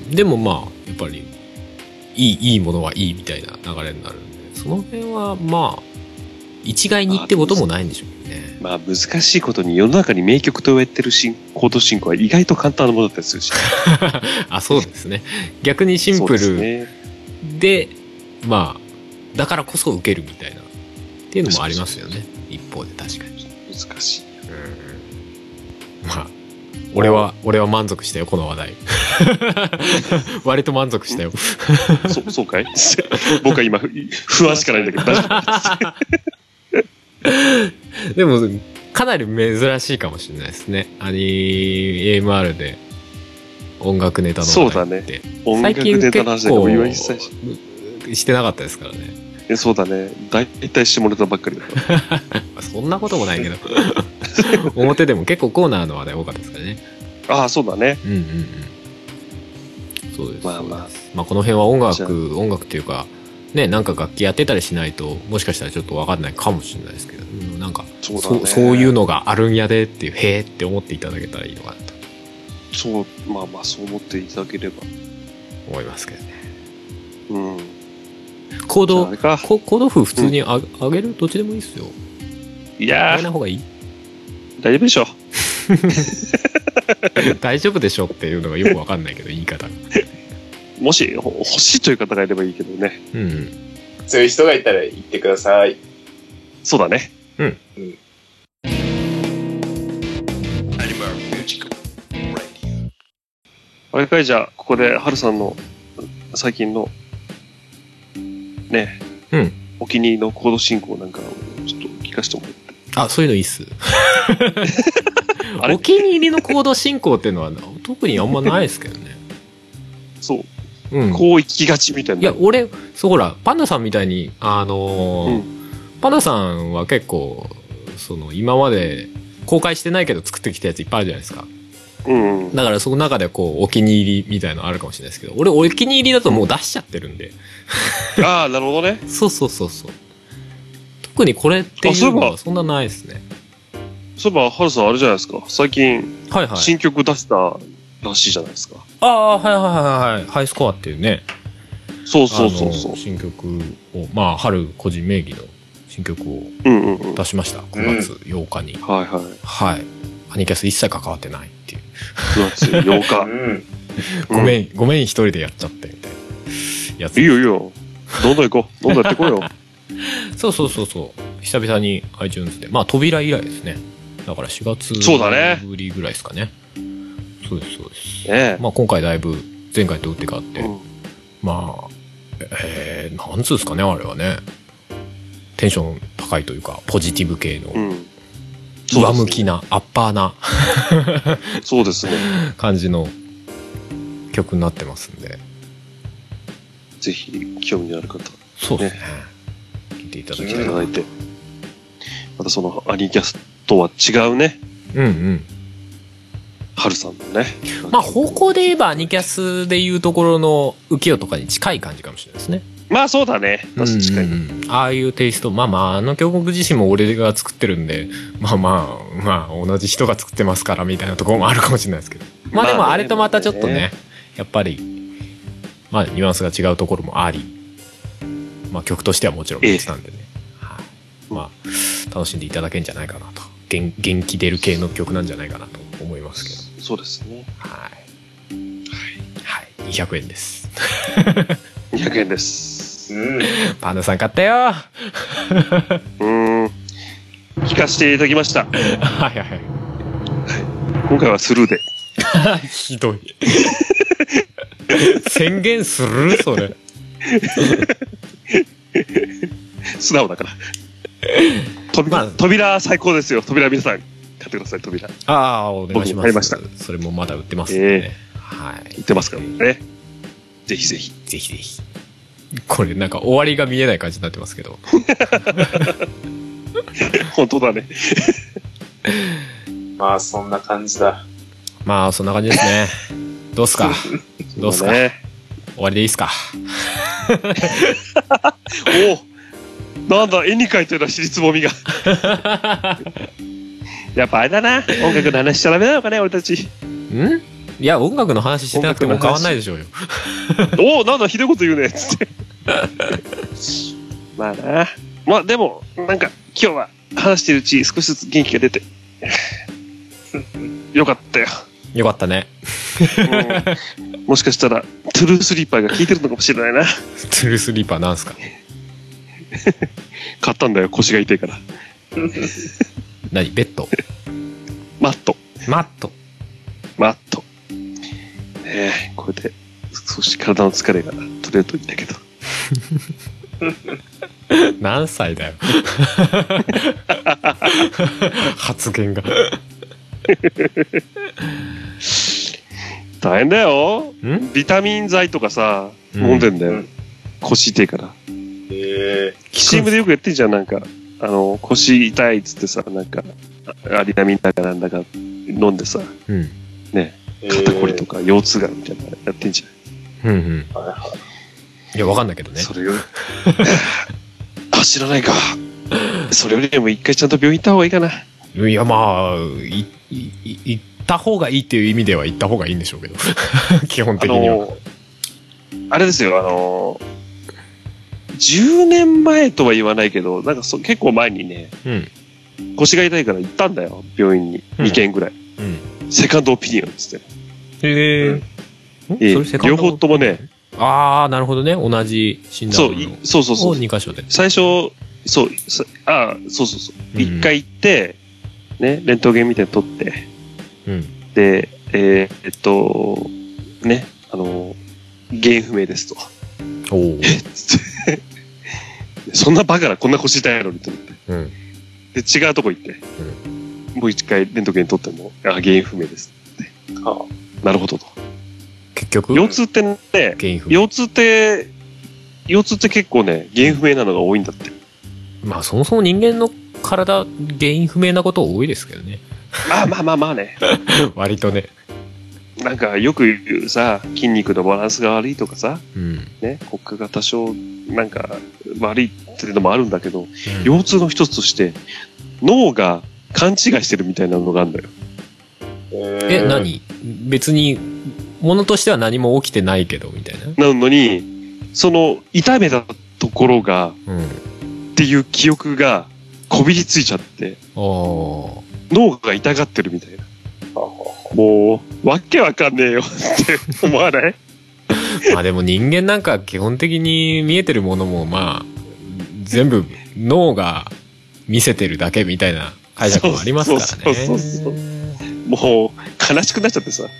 でもまあ、やっぱり、いいものはいいみたいな流れになるんで、その辺はまあ、一概にってこともないんでしょうね。 まあ難しいことに世の中に名曲と言われてるコード進行は意外と簡単なものだったりするし。 あ、そうですね。逆にシンプルで、まあ、だからこそ受けるみたいな、っていうのもありますよね。一方で確かに。 難しい。 まあ、俺は満足したよ、この話題。割と満足したよ。 そうかい？僕は今、不安しかないんだけど、大丈夫？でも、かなり珍しいかもしれないですね。AMR で音楽ネタの話題って。 そうだね。音楽ネタの話でお祝いしたし。 してなかったですからね。 そうだね。大体下ネタばっかりだから。 そんなこともないけど。表でも結構コーナーの話題多かったですからね。 ああ、そうだね。 そうです。 まあこの辺は音楽っていうか、ね、なんか楽器やってたりしないと、もしかしたらちょっと分かんないかもしれないですけど、なんか、そういうのがあるんやでっていう、へーって思っていただけたらいいのかなと。 そう、まあそう思っていただければ。 思いますけどね。 コード譜普通に上げる？どっちでもいいっすよ。 いやー。 上げない方がいい？ 大丈夫でしょ。 大丈夫でしょっていうのがよくわかんないけど、言い方。 もし欲しいという方がいればいいけどね。 そういう人がいたら言ってください。 そうだね。あれかい、じゃあここでハルさんの最近のね、お気に入りのコード進行なんかをちょっと聞かせてもらって。 あ、そういうのいいっす。お気に入りのコード進行っていうのは特にあんまないですけどね。 そう。こう行きがちみたいな。 いや、ほら、パンダさんみたいに、パンダさんは結構、今まで公開してないけど作ってきたやついっぱいあるじゃないですか。だからその中でお気に入りみたいなのあるかもしれないですけど、俺お気に入りだともう出しちゃってるんで。 ああ、なるほどね。 そう。特にこれっていうのはそんなないですね。 そういえば、ハルさんあれじゃないですか。最近、新曲出したらしいじゃないですか。 ああ、はいはいはいはい。ハイスコアっていうね。 そうそうそうそう。 新曲を、まあ、春個人名義の新曲を出しました。9月8日に。 はいはい。 はい。アニキャス一切関わってないっていう。 9月8日。 ごめん一人でやっちゃってみたいなやつ。 いいよいいよ。どんどん行こう。どんどんやってこいよ。 そう。久々に iTunes で。まあ、扉以来ですね。だから4月ぶりぐらいですかね。そうです。 ね、 まあ、今回だいぶ前回と打って変わって、まあ、なんつうんですかね、あれはね。テンション高いというか、ポジティブ系の、上向きな、アッパーなそうですね。 感じの曲になってますんで。 ぜひ、興味のある方。 そうですね。聴いていただきたいな。 またそのアニキャスとは違うね。春さんのね。 まあ方向で言えばアニキャスでいうところの浮世とかに近い感じかもしれないですね。 まあそうだね。確かに。 ああいうテイスト、まああの曲自身も俺が作ってるんで、まあ同じ人が作ってますからみたいなところもあるかもしれないですけど。まあでもあれとまたちょっとね、やっぱり、まあニュアンスが違うところもあり、まあ曲としてはもちろん別なんでね。まあ楽しんでいただけるんじゃないかなと。元気出る系の曲なんじゃないかなと思いますけど。 そうですね。 はい、200円です。 200円です。 パンダさん買ったよ。 聞かせていただきました。 はい。 今回はスルーで。 ひどい。宣言するそれ。 素直だから。扉最高ですよ。扉皆さん買ってください。扉。 お願いします。買いました。それもまだ売ってますね。 売ってますからね。ぜひ。 これなんか終わりが見えない感じになってますけど。 本当だね。 まあそんな感じだ。 まあそんな感じですね。どうすか。終わりでいいっすか。 なんだ、絵に描いたような尻つぼみが。やっぱあれだな。音楽の話しちゃダメなのかね、俺たち。 いや、音楽の話してなくても変わんないでしょうよ。 なんだ、ひどいこと言うね、つって。まあな。まあでも、なんか、今日は話してるうち少しずつ元気が出て。よかったよ。 よかったね。 もしかしたら、トゥルースリーパーが効いてるのかもしれないな。 トゥルースリーパーなんすか？ 買ったんだよ、腰が痛いから。 何？ベッド？ マット。これで少し体の疲れが取れるといいんだけど。 何歳だよ。発言が。 大変だよ。ビタミン剤とかさ、飲んでんだよ。腰痛いから。CM でよくやってんじゃん、なんか。腰痛いっつってさ、なんか、アリナミンだかなんだか飲んでさ、ね、肩こりとか腰痛がみたいなやってんじゃん。 いや、わかんないけどね。 それより、知らないか。それよりも一回ちゃんと病院行った方がいいかな。 いや、まあ、行った方がいいっていう意味では行った方がいいんでしょうけど。基本的には。 あれですよ、10年前とは言わないけど、なんか結構前にね、腰が痛いから行ったんだよ、病院に。2軒ぐらい。セカンドオピニオンっつって。両方ともね。 なるほどね。同じ診断の。 そう。 2箇所で。 最初、そう。1回行って、ね、レントゲンみたいに撮って。で、ね、原因不明ですと。そんなバカなこんな腰痛いのにと思って。で、違うとこ行って。もう一回レントゲン撮っても、原因不明ですって。なるほどと。 結局腰痛ってね、腰痛って結構ね、原因不明なのが多いんだって。 まあそもそも人間の体、原因不明なこと多いですけどね。 まあね。 割とね。 なんかよく言うさ、筋肉のバランスが悪いとかさ、ね、骨格が多少なんか悪いっていうのもあるんだけど、腰痛の一つとして脳が勘違いしてるみたいなのがあるんだよ。 何？別にものとしては何も起きてないけどみたいな。 なのに、その痛めたところが、っていう記憶がこびりついちゃって、脳が痛がってるみたいな。もう、わけわかんねえよって思わない？ まあでも人間なんか基本的に見えてるものもまあ、全部脳が見せてるだけみたいな解釈もありますからね。そうもう悲しくなっちゃってさ。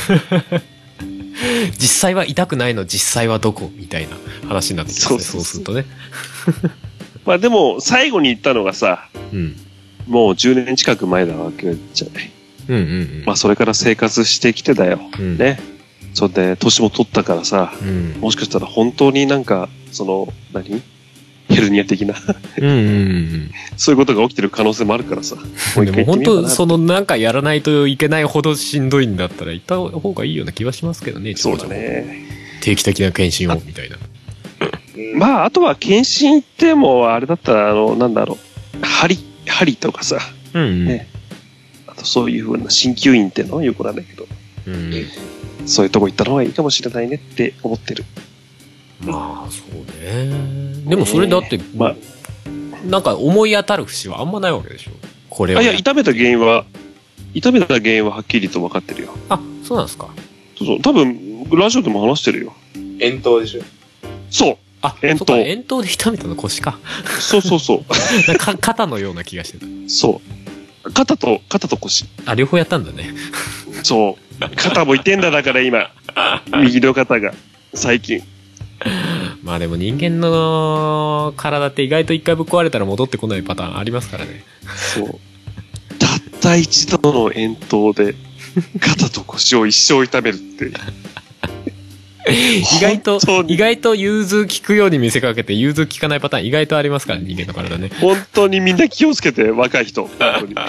実際は痛くないの、実際はどこみたいな話になってきますね。そうするとね。 まあでも最後に言ったのがさ、もう10年近く前だわけじゃない。まあそれから生活してきてだよ。ね。それで年も取ったからさ、もしかしたら本当になんかそのヘルニア的なそういうことが起きてる可能性もあるからさ。 でも本当そのなんかやらないといけないほどしんどいんだったら行った方がいいような気はしますけどね。 そうだね。 定期的な検診をみたいな。 まああとは検診行ってもあれだったらなんだろう、針とかさ、ね、あとそういう風な鍼灸院ってのよくわかんないけど、そういうとこ行った方がいいかもしれないねって思ってる。 まあそうね。でもそれだって、なんか思い当たる節はあんまないわけでしょ、これは。 いや、痛めた原因ははっきりと分かってるよ。 あ、そうなんですか。 そう多分ラジオでも話してるよ。 遠投でしょ。 そう。 遠投。遠投で痛めたの腰か。 そう肩のような気がしてた。 そう。肩と腰。 あ、両方やったんだね。 そう。肩も痛んだから今。右の肩が。最近。 まあでも人間の体って意外と一回ぶっ壊れたら戻ってこないパターンありますからね。そう。 たった一度の遠投で肩と腰を一生痛めるって。 意外と融通効くように見せかけて融通効かないパターン意外とありますから、人間の体ね。 本当にみんな気をつけて、若い人。本当に。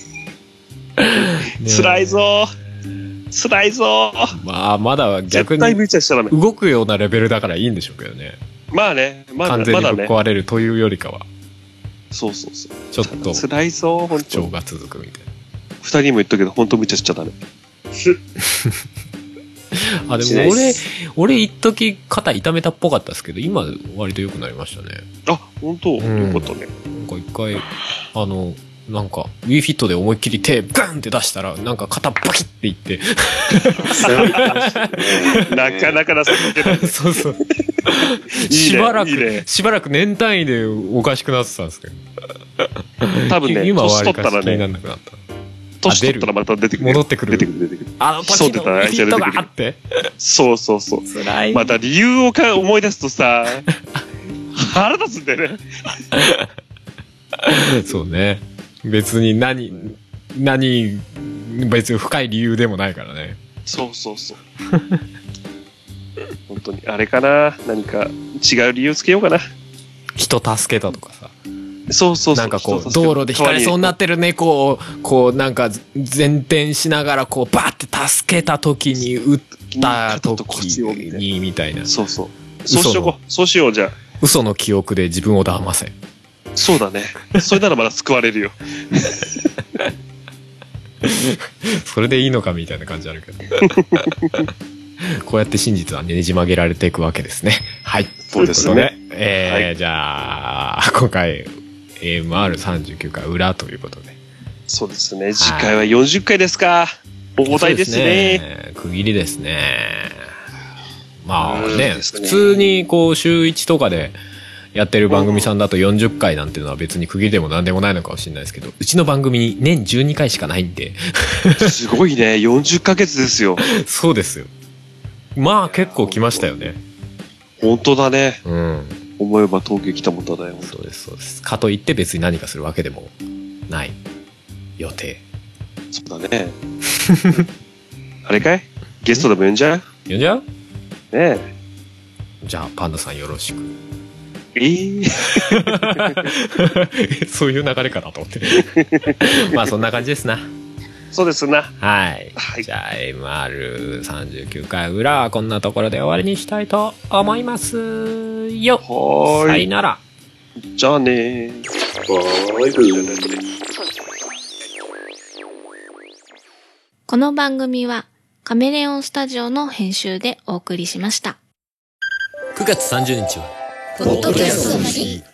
辛いぞ辛いぞ。 まあまだ逆に動くようなレベルだからいいんでしょうけどね。 まあね、 完全にぶっ壊れるというよりかは。 そうちょっと辛いぞ本当。 不調が続くみたいな。 2人にも言ったけど本当無茶しちゃダメ。 あ、でも俺一時肩痛めたっぽかったですけど、今割と良くなりましたね。 あ、本当、よかったね。 なんか一回なんか Wii フィットで思いっきり手ガンって出したらなんか肩バキッていってなかなかなさけない。 そうしばらく年単位でおかしくなってたんですけど、 多分ね、 今はわりかし気にならなくなった。 年取ったらまた出てくる。 戻ってくる。あの時のWiiフィットがあって。 そう。辛い。また理由を思い出すとさ、腹立つんだよね。そうね。 別に別に深い理由でもないからね。 そう。本当にあれかな、何か違う理由つけようかな。 人助けたとかさ。 そうなんかこう道路でひかれそうになってる猫をこうなんか前転しながらこうバーって助けた時に撃った時にみたいな。 そうしよう。じゃあ嘘の記憶で自分を騙せ。 そうだね。それならまだ救われるよ。 それでいいのかみたいな感じあるけど。こうやって真実はねじ曲げられていくわけですね。はい。 そうですね。 じゃあ今回 AMR39 回裏ということで。 そうですね。次回は40回ですか。大台ですね。 区切りですね。まあね、普通にこう週1とかでやってる番組さんだと40回なんていうのは別に区切りでも何でもないのかもしれないですけど、うちの番組年12回しかないんで。 すごいね。40ヶ月ですよ。 そうですよ。まあ結構来ましたよね。 本当だね。思えば東京来たもんだね。 そうです。かといって別に何かするわけでもない予定。 そうだね。あれかい？ゲストでも呼んじゃう？ 呼んじゃう？ねえ。 じゃあパンダさんよろしく。そういう流れかなと思って。まあそんな感じですな。 そうですな。 はい。じゃあ MR39 回裏はこんなところで終わりにしたいと思いますよ。さよなら。 じゃあね。 この番組はカメレオンスタジオの編集でお送りしました。 9月30日はポッドキャストの日。